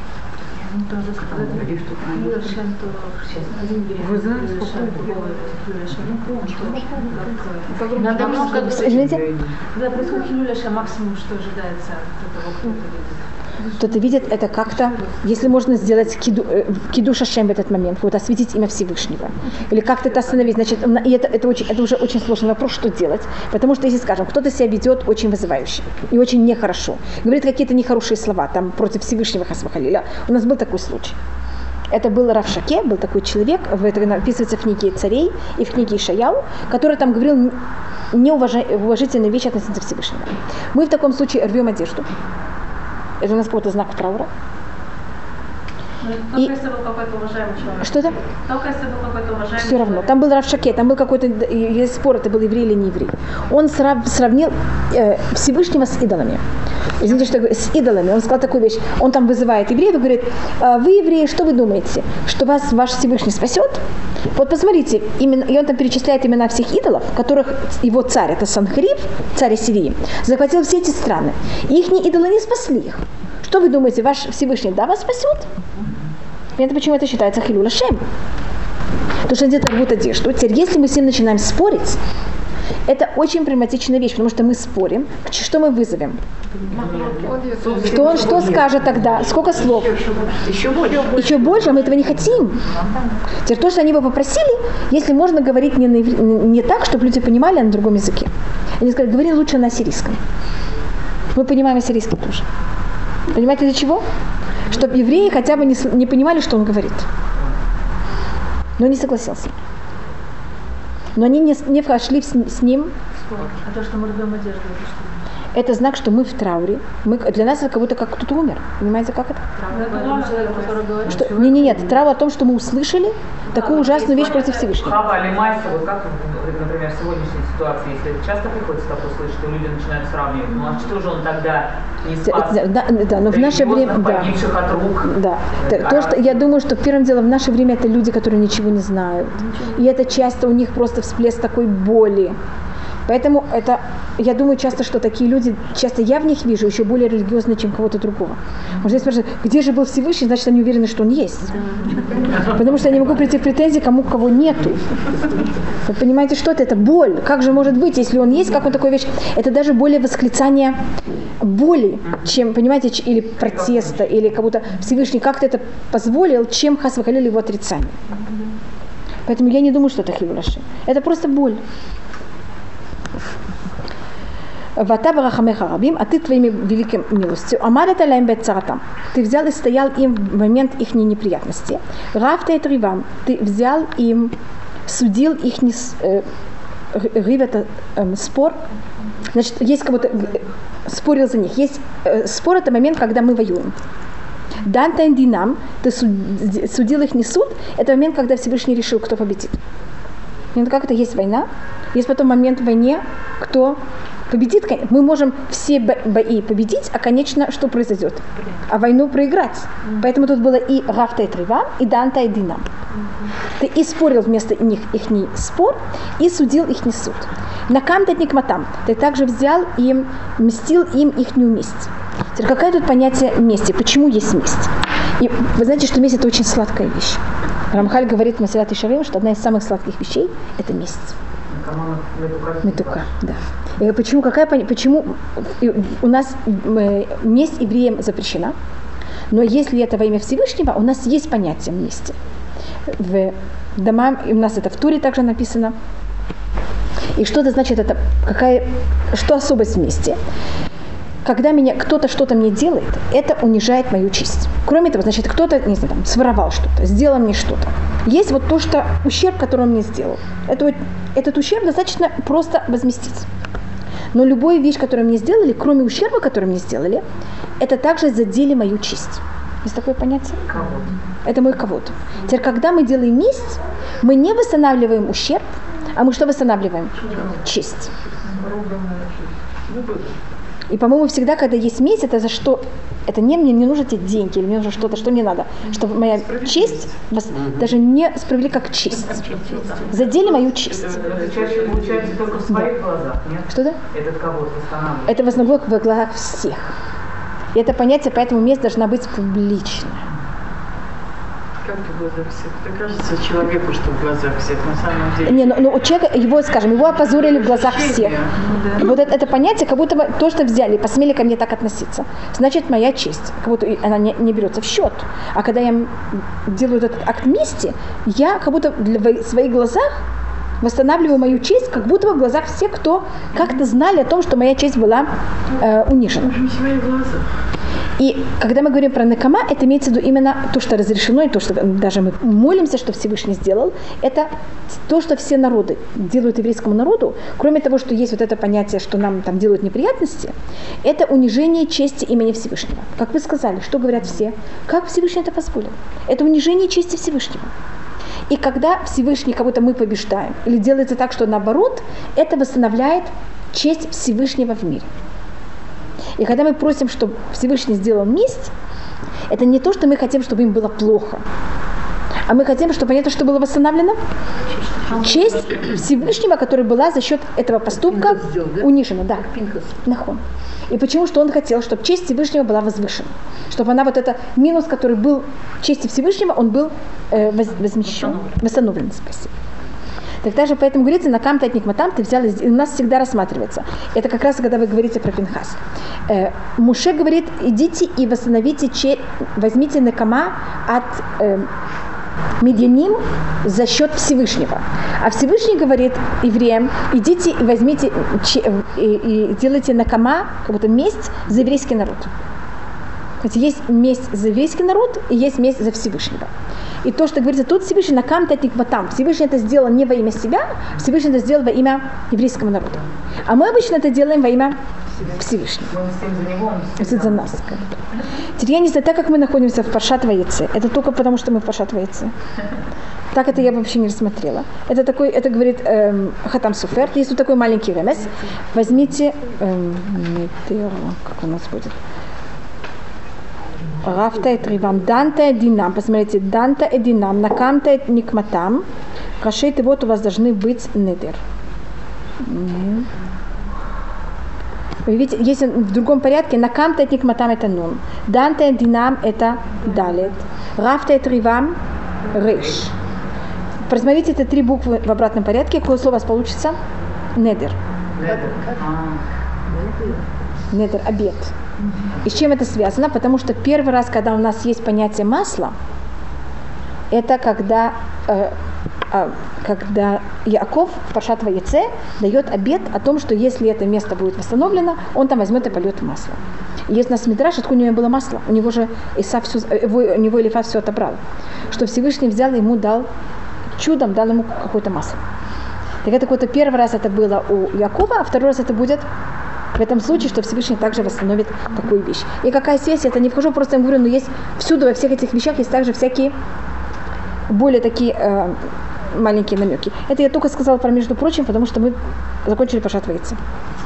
Извините? Когда происходит хилюля, максимум, что ожидается от того, кто это видит? Кто-то видит это как-то, если можно сделать киду, кидуш Ашем в этот момент, вот осветить имя Всевышнего, или как-то это остановить, значит, и это, это, очень, это уже очень сложный вопрос, что делать, потому что, если, скажем, кто-то себя ведет очень вызывающе и очень нехорошо, говорит какие-то нехорошие слова, там, против Всевышнего Хасвахалиля, у нас был такой случай. Это был Рав Шаке, был такой человек, это написывается в книге Царей и в книге Ишаяу, который там говорил неуважительные вещи относительно Всевышнего. Мы в таком случае рвем одежду. Это у нас какой-то знак траура. Только и... если был какой-то уважаемый человек. Что это? Только если был какой-то уважаемый Все равно. человек. Там был Рав Шаке, там был какой-то, есть спор, это был еврей или не еврей. Он срав, сравнил э, Всевышнего с идолами. Извините, что я говорю, с идолами. Он сказал такую вещь. Он там вызывает евреев и говорит, вы, евреи, что вы думаете? Что вас ваш Всевышний спасет? Вот посмотрите, именно, и он там перечисляет имена всех идолов, которых его царь, это Санхериб, царь Ассирии, захватил все эти страны. И их идолы не спасли их. Что вы думаете, ваш Всевышний, да, вас спасет? Понятно, почему это считается хилюль Ашем? Потому что они рвут одежду. Теперь, если мы с ним начинаем спорить, это очень проблематичная вещь, потому что мы спорим, что мы вызовем? Что он что скажет тогда? Сколько слов? Еще больше. Еще больше, а мы этого не хотим. Теперь то, что они его попросили, если можно говорить не, на, не так, чтобы люди понимали, а на другом языке. Они сказали, говори лучше на ассирийском. Мы понимаем ассирийский тоже. Понимаете, для чего? Чтобы евреи хотя бы не, не понимали, что он говорит. Но не согласился. Но они не, не вошли с, с ним. А то, что мы рвем одежду, это что? это знак, что мы в трауре. Мы, для нас это как будто как кто-то умер. Понимаете, как это? Что, не, не, нет, траур о том, что мы услышали такую ужасную вещь против Всевышнего. Хава или Майса, вот как, например, в сегодняшней ситуации, если часто приходится такое слышать, что люди начинают сравнивать, ну а что же он тогда не спас? Да, да, да, но в наше время, да, погибших от рук. Да. То, что, я думаю, что первым делом в наше время это люди, которые ничего не знают. И это часто у них просто всплеск такой боли. Поэтому это, я думаю часто, что такие люди, часто я в них вижу еще более религиозные, чем кого-то другого. Может, я спрашиваю, где же был Всевышний, значит, они уверены, что он есть. Потому что я не могу прийти в претензии кому, кого нету. Вы понимаете, что это? Это боль. Как же может быть, если он есть, как он такой вещь? Это даже более восклицание боли, чем, понимаете, или протеста, или как будто Всевышний как-то это позволил, чем хас вахалил его отрицание. Поэтому я не думаю, что это хилюль Ашем. Это просто боль. Вата барахамеха рабим, а ты твоими великим милостью. Амадата лаим бет царатам. Ты взял и стоял им в момент их неприятности. Рафта и тривам. Ты взял им, судил их э, ривета э, спор. Значит, есть как будто спорил за них. Есть э, спор, это момент, когда мы воюем. Данта индинам, ты судил их не суд, это момент, когда Всевышний решил, кто победит. И как это есть война, есть потом момент в войне, кто победит. Мы можем все бои победить, а конечно, что произойдет? А войну проиграть. Поэтому тут было и Рафта и Тривам, и Данта и Динам. Ты и спорил вместо них их спор, и судил их не суд. Накам тет никматам. Ты также взял и мстил им их месть. Теперь какое тут понятие мести? Почему есть месть? И вы знаете, что месть это очень сладкая вещь. Рамхаль говорит в Масилат Ишарим, что одна из самых сладких вещей это месть. Метука, да. И почему, какая, почему у нас месть евреям запрещена, но если это во имя Всевышнего, у нас есть понятие мести. В домам, у нас это в Туре также написано. И что это значит, это какая, что особость мести? Когда меня кто-то что-то мне делает, это унижает мою честь. Кроме того, значит, кто-то, не знаю, там, своровал что-то, сделал мне что-то. Есть вот то, что ущерб, который он мне сделал. Это, этот ущерб достаточно просто возместить. Но любую вещь, которую мне сделали, кроме ущерба, который мне сделали, это также задели мою честь. Есть такое понятие? Кого-то. Это мой кого-то. Теперь, когда мы делаем месть, мы не восстанавливаем ущерб, а мы что восстанавливаем? Честь. И, по-моему, всегда, когда есть месть, это за что? Это не мне не нужны эти деньги, или мне нужно что-то, что мне надо. Чтобы моя честь вас даже не справедливо как честь. Задели мою честь. Это чаще получается только в своих глазах, нет? Что да? Этот кого-то восстанавливает. Это восстанавливает в глазах всех. И это понятие, поэтому месть должна быть публичной. Как в глазах всех? Это кажется человеку, что в глазах всех, на самом деле. Не, ну, ну у человека, его, скажем, его опозорили в глазах всех. Да. Вот это, это понятие, как будто бы то, что взяли, посмели ко мне так относиться. Значит, моя честь, как будто она не, не берется в счет. А когда я делаю этот акт мести, я как будто в своих глазах восстанавливаю мою честь, как будто бы в глазах всех, кто как-то знали о том, что моя честь была э, унижена. И когда мы говорим про накама, это имеется в виду именно то, что разрешено, и то, что даже мы молимся, что Всевышний сделал, это то, что все народы делают еврейскому народу, кроме того, что есть вот это понятие, что нам там делают неприятности, это унижение чести имени Всевышнего. Как вы сказали, что говорят все? Как Всевышний это позволил? Это унижение чести Всевышнего. И когда Всевышний, как будто мы побеждаем, или делается так, что наоборот, это восстанавливает честь Всевышнего в мире. И когда мы просим, чтобы Всевышний сделал месть, это не то, что мы хотим, чтобы им было плохо, а мы хотим, чтобы понятно, что было восстановлено честь Всевышнего, которая была за счет этого поступка унижена. Да. Нахон. И почему? Что он хотел, чтобы честь Всевышнего была возвышена. Чтобы она вот это минус, который был чести Всевышнего, он был э, возмещен, восстановлен. Спасибо. Так даже поэтому говорится, на кам тет никматам ты взял, и у нас всегда рассматривается. Это как раз, когда вы говорите про Пинхас. Э, Муше говорит, идите и восстановите, че, возьмите накама от э, Медианим за счет Всевышнего. А Всевышний говорит евреям, идите и возьмите, че, и, и делайте накама, как будто месть за еврейский народ. Есть месть за еврейский народ и есть месть за Всевышнего. И то, что говорится тут, Всевышний накам тет никматам. Всевышний это сделал не во имя себя, Всевышний это сделал во имя еврейского народа. А мы обычно это делаем во имя Всевышний. Мы мстим за него, он мстит Это за нас. Теперь я не знаю, так как мы находимся в Паршат Ваеце, это только потому, что мы в Паршат Ваеце. Так это я вообще не рассмотрела. Это такой, это говорит эм, Хатам Суфер. Есть вот такой маленький ремес. Возьмите, эм, как у нас будет? Рафта и Тривам, Данта и Динам. Посмотрите, Данта и Динам, Накамта и Никматам. Рашей ты вот у вас должны быть недер. Вы видите, если в другом порядке, Накамта и Никматам это нун. Данта и Динам это далет. Рафта и Тривам реш. Посмотрите, это три буквы в обратном порядке. Какое слово у вас получится? Недер. Недер. Недер, обед. И с чем это связано? Потому что первый раз, когда у нас есть понятие масла, это когда, э, э, когда Яаков в Паршат Ваеце дает обет о том, что если это место будет восстановлено, он там возьмет и польет масло. И есть у нас Мидраш, откуда у него было масло. У него же Исав все, его, у него Элифав все отобрал. Что Всевышний взял и ему дал, чудом дал ему какое-то масло. Так это какой-то первый раз это было у Якова, а второй раз это будет в этом случае, что Всевышний также восстановит такую вещь. И какая связь? Это не вхожу, просто я говорю, но есть всюду, во всех этих вещах есть также всякие более такие э, маленькие намеки. Это я только сказала про между прочим, потому что мы закончили Паршат Ваеце.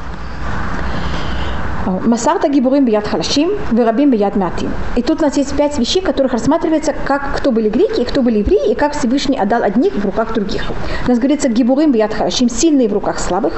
Масарта гибурим бият халашим, вырабим бият мятим. И тут у нас есть пять вещей, которых рассматривается, как кто были греки и кто были евреи, и как Всевышний отдал одних в руках других. У нас говорится гибурим бият халашим, сильные в руках слабых,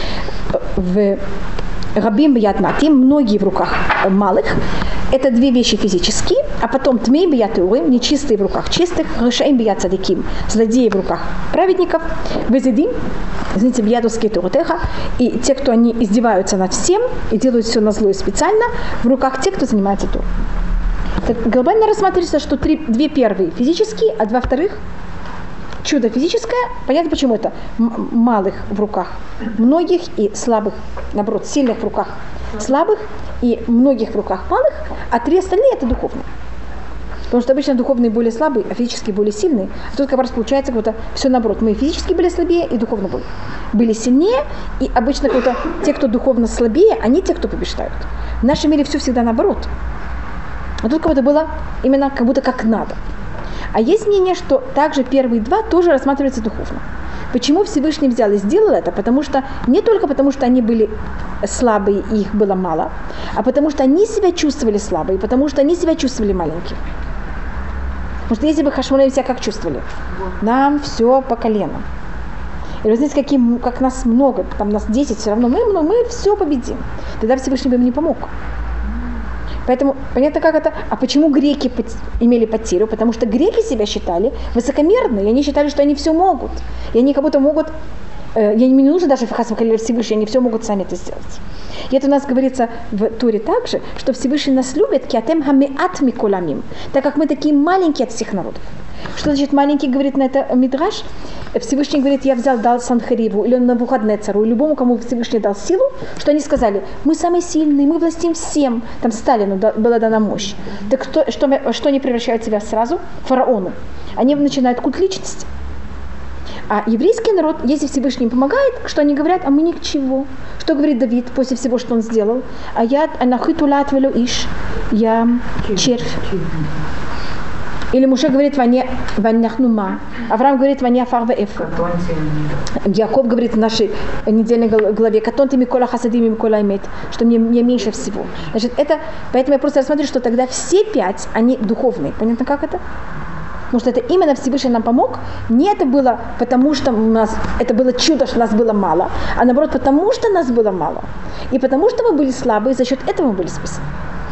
в рабим бият мятим, многие в руках малых. Это две вещи физические, а потом тмей бият урим, нечистые в руках чистых, решаим бият цадиким, злодеи в руках праведников, везидим, извините, бият ускей туратеха, и те, кто они издеваются над всем и делают все на зло и специально, в руках тех, кто занимается турой. Глобально рассматривается, что три, две первые физические, а два вторых чудо физическое. Понятно, почему это? М- малых в руках многих и слабых, наоборот, сильных в руках слабых и многих в руках малых, а три остальные это духовные. Потому что обычно духовные более слабые, а физические более сильные. А тут как раз получается как-то все наоборот. Мы физически были слабее и духовно были, были сильнее. И обычно как-то те, кто духовно слабее, они те, кто побеждают. В нашем мире все всегда наоборот. А тут как будто было именно как будто как надо. А есть мнение, что также первые два тоже рассматриваются духовно. Почему Всевышний взял и сделал это? Потому что не только потому, что они были слабые и их было мало, а потому что они себя чувствовали слабые, потому что они себя чувствовали маленькими. Потому что если бы Хашмонеи себя как чувствовали? Нам все по колено. И вы знаете, каким, как нас много, там нас десять, все равно мы, мы все победим. Тогда Всевышний бы им не помог. Поэтому понятно, как это. А почему греки имели потерю? Потому что греки себя считали высокомерными, и они считали, что они все могут. И они как будто могут, э, им не нужно даже Всевышний, они все могут сами это сделать. И это у нас говорится в Торе также, что Всевышний нас любит, киатем хамеат миколамим, так как мы такие маленькие от всех народов. Что значит маленький, говорит на это Мидраш? Всевышний говорит, я взял, дал Санхариву или Навуходнецару, любому, кому Всевышний дал силу, что они сказали, мы самые сильные, мы властим всем. Там Сталину была дана мощь. Так что, что, что они превращают себя сразу? Фараону. Они начинают культ личности. А еврейский народ, если Всевышний им помогает, что они говорят, а мы ни к чему. Что говорит Давид после всего, что он сделал? А я анахитулат велю иш, я червь. Или Муше говорит ване ваннахнума. Авраам говорит ване фарва эф. Яков говорит в нашей недельной главе катонти микола хасадим микола имет, что мне, мне меньше всего. Значит, это, поэтому я просто рассмотрю, что тогда все пять, они духовные. Понятно, как это? Потому что это именно Всевышний нам помог. Не это было потому, что у нас это было чудо, что нас было мало, а наоборот, потому что нас было мало. И потому что мы были слабые, за счет этого мы были спасены.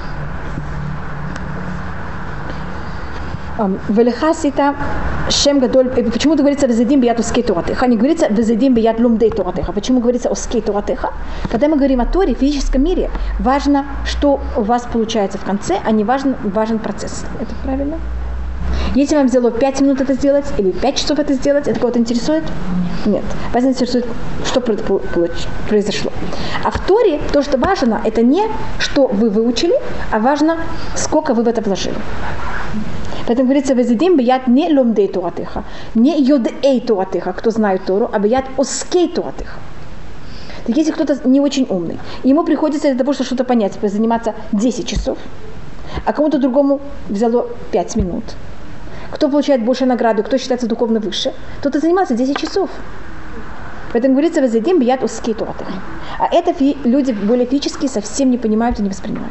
Велихасита шем гадоль. Почему-то говорится везадим бият ускей торатеха, не говорится везадим бият лумдей торатеха. Почему говорится ускей торатеха? Когда мы говорим о Торе, в физическом мире, важно, что у вас получается в конце, а не важен, важен процесс. Это правильно? Если вам взяло пять минут это сделать или пять часов это сделать, это кого-то интересует? Нет. Вас интересует, что произошло. А в Торе то, что важно, это не что вы выучили, а важно, сколько вы в это вложили. Поэтому говорится, везидим бият не ломдей торатеха, не йодей торатеха, кто знает Тору, а бият оскей торатеха. Так если кто-то не очень умный, ему приходится для того, чтобы что-то понять, заниматься десять часов, а кому-то другому взяло пять минут. Кто получает больше награду, кто считается духовно выше, тот и занимается десять часов. Поэтому говорится, «Вазадим бият узкие тораты». А это фи- люди более физические совсем не понимают и не воспринимают.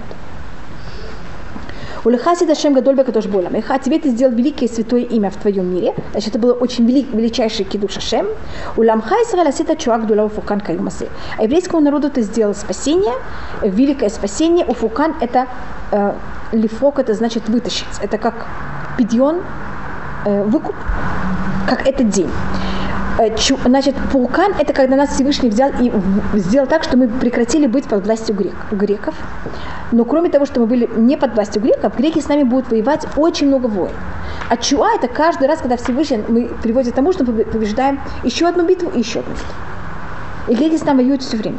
Улехаси дашем гадоль бекадош болам. А тебе ты сделал великое святое имя в твоем мире. Значит, это было очень велик, величайший кидуш Ашем. Уламха Исраэль асита чуак дула уфукан каюмасы. А еврейскому народу ты сделал спасение, великое спасение. Уфукан это э, лифок, это значит вытащить. Это как пидьон, э, выкуп, как этот день. Значит, паукан – это когда нас Всевышний взял и сделал так, что мы прекратили быть под властью грек, греков. Но кроме того, что мы были не под властью греков, греки с нами будут воевать очень много войн. А чуа – это каждый раз, когда Всевышний мы приводит к тому, что мы побеждаем еще одну битву и еще одну битву. И греки с нами воюют все время.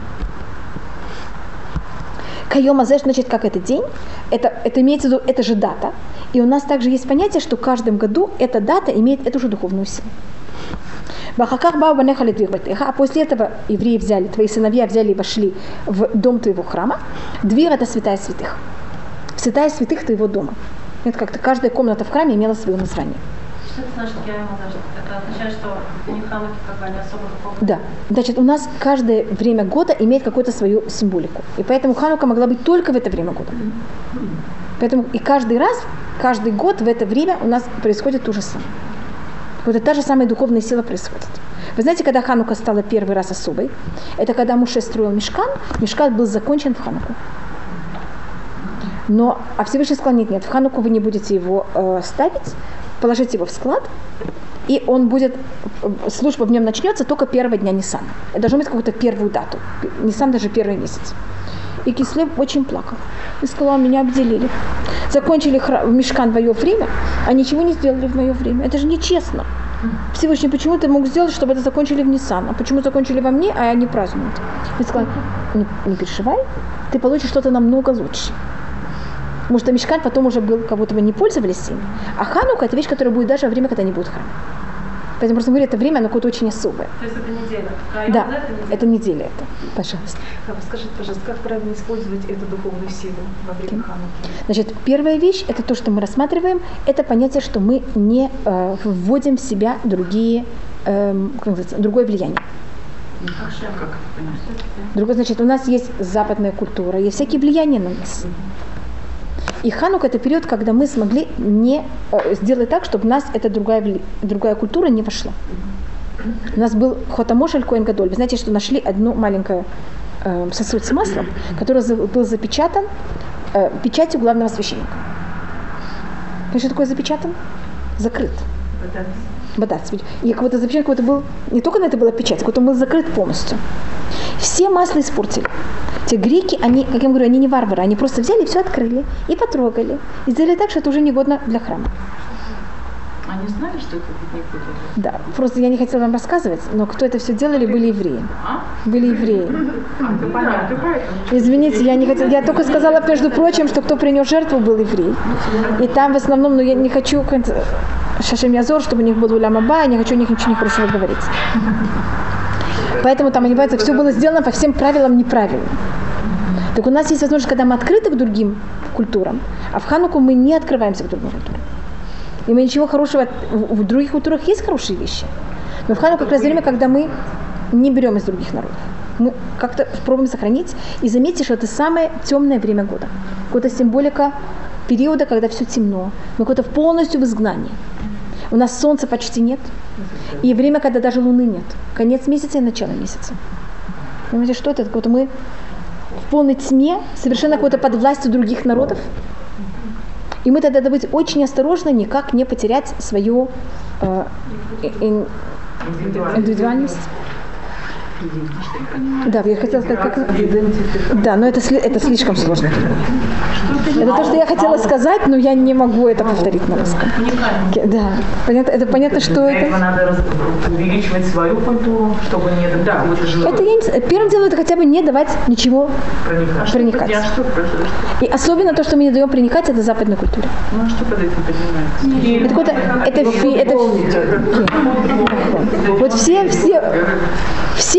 Кайом азеш, значит, как это день, это, это имеется в виду, это же дата. И у нас также есть понятие, что в каждом году эта дата имеет эту же духовную силу. А после этого евреи взяли, твои сыновья взяли и вошли в дом твоего храма. Дверь – это святая святых. Святая святых твоего дома. Это как-то каждая комната в храме имела свое название. Что это значит, это означает, что не хануки как бы они особо духовные? Да. Значит, у нас каждое время года имеет какую-то свою символику. И поэтому ханука могла быть только в это время года. Поэтому и каждый раз, каждый год в это время у нас происходит то же самое. Вот это та же самая духовная сила происходит. Вы знаете, когда Ханука стала первый раз особой, это когда Моше строил мишкан, мишкан был закончен в Хануку. Но, а Всевышний сказал, нет, нет, в Хануку вы не будете его э, ставить, положите его в склад, и он будет, служба в нем начнется только первого дня Ниссана. Это должно быть какую-то первую дату. Ниссан даже первый месяц. И Кислев очень плакал. И сказал, меня обделили. Закончили храм, мишкан в мое время, а ничего не сделали в мое время. Это же нечестно. Всевышний, почему ты мог сделать, чтобы это закончили в Ниссан? А почему закончили во мне, а они празднуют? И сказал, не, не переживай, ты получишь что-то намного лучше. Потому что мишкан потом уже был, как будто бы не пользовались им. А Ханука – это вещь, которая будет даже во время, когда не будет храма. Поэтому просто говорю, это время, оно какое-то очень особое. То есть это неделя? Да, это неделя. это. Пожалуйста. Скажите, пожалуйста, как правильно использовать эту духовную силу во время Хануки? Значит, первая вещь, это то, что мы рассматриваем, это понятие, что мы не э, вводим в себя другие, э, как называется, другое влияние. Другое, значит, у нас есть западная культура, есть всякие влияния на нас. И Ханука – это период, когда мы смогли не э, сделать так, чтобы в нас эта другая, другая культура не вошла. У нас был Хотамошель Коэн Гадоль. Вы знаете, что нашли одну маленькую э, сосуд с маслом, который за, был запечатан э, печатью главного священника. Знаете, что такое запечатан? Закрыт. Бадац. И какой-то запечатан, какой-то был, не только на это была печать, какой-то был закрыт полностью. Все масла испортили. Те греки, они, как я говорю, они не варвары, они просто взяли, все открыли и потрогали. И сделали так, что это уже негодно для храма. Они знали, что это не будет? Да, просто я не хотела вам рассказывать, но кто это все делали, были евреи. А? Были евреи. А, это понятно. Извините, я не хотела, я только сказала, между прочим, что кто принес жертву, был еврей. И там в основном, ну я не хочу Шашем Язор, чтобы у них был улям аба, я не хочу о них ничего нехорошего говорить. Поэтому там, понимаете, все было сделано по всем правилам неправильно. Так у нас есть возможность, когда мы открыты к другим культурам, а в Хануку мы не открываемся к другим культурам. И мы ничего хорошего, в других культурах есть хорошие вещи. Но в Хануку как раз время, когда мы не берем из других народов. Мы как-то пробуем сохранить. И заметьте, что это самое темное время года. Какая-то символика периода, когда все темно. Мы какое-то полностью в изгнании. У нас солнца почти нет. И время, когда даже луны нет. Конец месяца и начало месяца. Понимаете, что это? Это мы в полной тьме, совершенно какой-то под властью других народов. И мы тогда надо быть очень осторожны, никак не потерять свою э, ин, индивидуальность. Да, я хотела сказать, как... Да, но это, это слишком сложно. Это то, что я хотела сказать, но я не могу это повторить на русском. Да, понятно, это понятно, что Для это... этого надо увеличивать свою культуру, чтобы не да, вот это я не... Первым делом это хотя бы не давать ничего проникать. проникать. Я что, прошу, И особенно то, что мы не даем проникать, это западной культуре. Ну а что под этим понимаете? Это какой-то... Это, фи, это фи. Вот все, все, все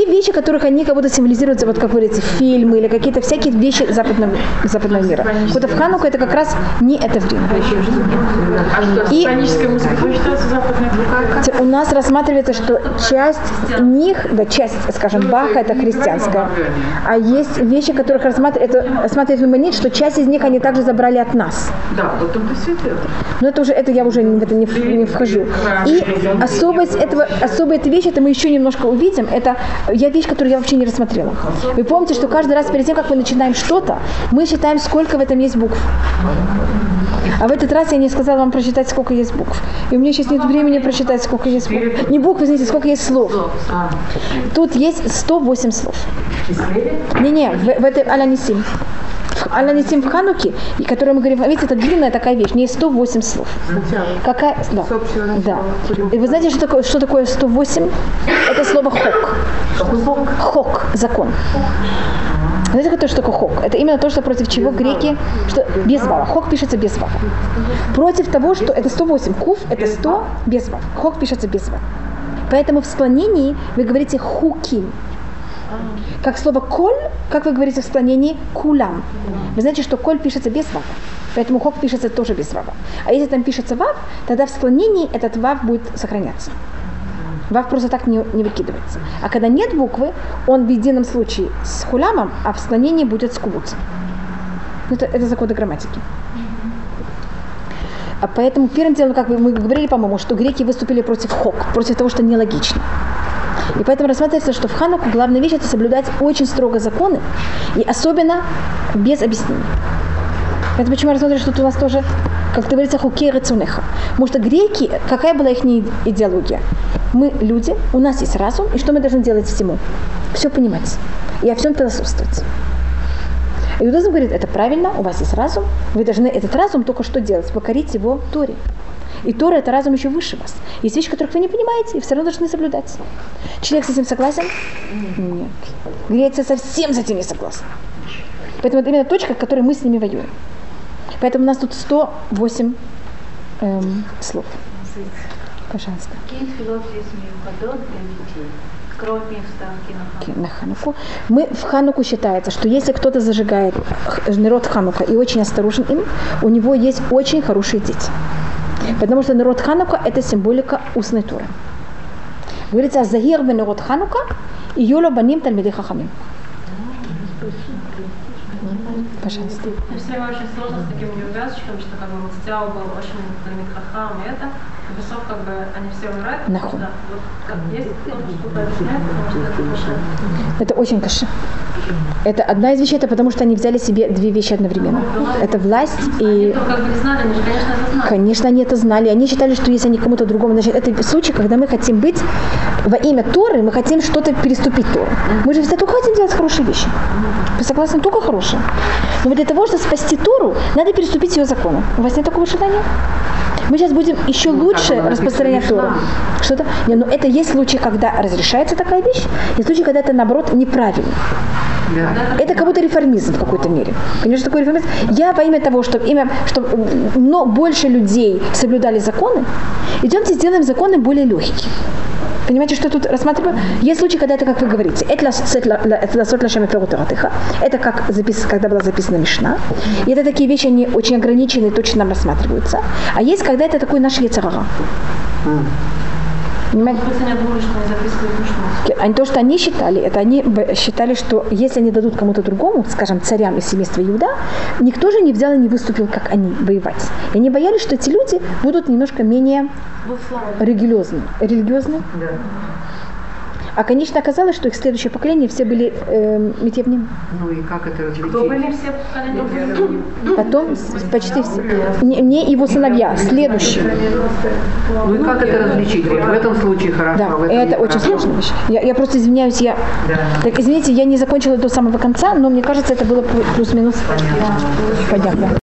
вещи, которых они как будто символизируют, вот как говорится, фильмы или какие-то всякие вещи западного, западного мира. Вот в Хануку это как раз не это время. А что, И симфоническая музыка тоже считается западной? у нас рассматривается, что часть них, да, часть, скажем, Баха это христианская, а есть вещи, которых рассматривают, это рассматривает момент, что часть из них они также забрали от нас. Да, вот он все это. Но это уже, это я уже в это не, не вхожу. И особость этого, особая эта вещь, это мы еще немножко увидим, это я вещь, которую я вообще не рассмотрела. Вы помните, что каждый раз перед тем, как мы начинаем что-то, мы считаем, сколько в этом есть букв. А в этот раз я не сказала вам прочитать, сколько есть букв. И у меня сейчас нет времени прочитать, сколько есть букв. Не букв, извините, сколько есть слов. Тут есть сто восемь слов. Не-не, в, в этой Аль-Анисим. Аль-Анисим в Хануке, и которую мы говорим, видите, это длинная такая вещь, в ней сто восемь слов. Какая? Да. Да. И вы знаете, что такое, что такое сто восемь? Это слово хок. Хок, закон. Знаете, что такое хок? Это именно то, что против чего греки, что без вава. Хок пишется без вава. Против того, что это сто восемь. Куф это сто без вава. Хок пишется без вава. Поэтому в склонении вы говорите хуким. Как слово коль, как вы говорите в склонении кулам. Вы знаете, что коль пишется без вава. Поэтому хок пишется тоже без вава. А если там пишется вав, тогда в склонении этот вав будет сохраняться. Вав просто так не, не выкидывается. А когда нет буквы, он в едином случае с хулямом, а в склонении будет скуваться. Это, это законы грамматики. А поэтому первым делом, как мы говорили, по-моему, что греки выступили против хок, против того, что нелогично. И поэтому рассматривается, что в Хануку главная вещь – это соблюдать очень строго законы, и особенно без объяснений. Это почему я рассматриваю, что тут у нас тоже, как говорится, хукей рацунеха. Потому что греки, какая была их идеология? Мы люди, у нас есть разум, и что мы должны делать всему? Все понимать. И о всем философствовать. Иудаизм говорит, это правильно, у вас есть разум, вы должны этот разум только что делать? Покорить его Торе. И Тора – это разум еще выше вас. Есть вещи, которых вы не понимаете, и все равно должны соблюдать. Человек с этим согласен? Нет. Греция совсем с этим не согласна. Поэтому это именно точка, в которой мы с ними воюем. Поэтому у нас тут сто восемь эм, слов. Пожалуйста. Какие философии миюхадот для детей? Кроме вставки на Хануку. На Хануку. Мы в Хануку считается, что если кто-то зажигает народ Ханука и очень осторожен им, у него есть очень хорошие дети. Потому что народ Ханука – это символика устной Торы. Говорится, «Загир бен народ Ханука и юло баним тальмидей хахамим». Пожалуйста. Мне все время очень сложно с такими неувязочками, что как бы вот Стяу был очень тальмид хахам, и это, и весов как бы они все умирают. Нахуй. Да. Вот как есть что-то объясняет, потому что это мешает. Это очень каши. Это одна из вещей, это потому что они взяли себе две вещи одновременно. Это власть и... Они то как бы не знали, они же, конечно, это знали. Конечно, они это знали. Они считали, что если они кому-то другому... Значит, это случай, когда мы хотим быть во имя Торы, мы хотим что-то переступить Тору. Мы же всегда только хотим делать хорошие вещи. Вы согласны? Только хорошие. Но для того, чтобы спасти Тору, надо переступить ее законы. У вас нет такого желания? Мы сейчас будем еще ну, лучше распространять Тору. Что-то? Не, ну это есть случай, когда разрешается такая вещь, и случай, когда это, наоборот, неправильно. Да. Это как будто реформизм в какой-то мере. Конечно, такой реформизм. Я во имя того, чтобы, имя, чтобы но больше людей соблюдали законы, идемте сделаем законы более легкие. Понимаете, что тут рассматриваю? Есть случаи, когда это, как вы говорите, это как запис, когда была записана Мишна. И это такие вещи, они очень ограниченные, точно нам рассматриваются. А есть, когда это такой наш Ецер-Гара. Понимаете? Они думали, что они записывают Мишну. Они, то, что они считали, это они считали, что если они дадут кому-то другому, скажем, царям из семейства Иуда, никто же не взял и не выступил, как они, воевать. И они боялись, что эти люди будут немножко менее религиозны. Религиозны? Да. А, конечно, оказалось, что их следующее поколение все были э, метевними. Ну и как это различить? Кто были все поколения? Потом почти все. Не, не его сыновья, следующие. Ну и как это различить? Вот в этом случае хорошо. Да, в этом это очень сложная вещь. Я, я просто извиняюсь, я... Да. Так, извините, я не закончила до самого конца, но мне кажется, это было плюс-минус понятно.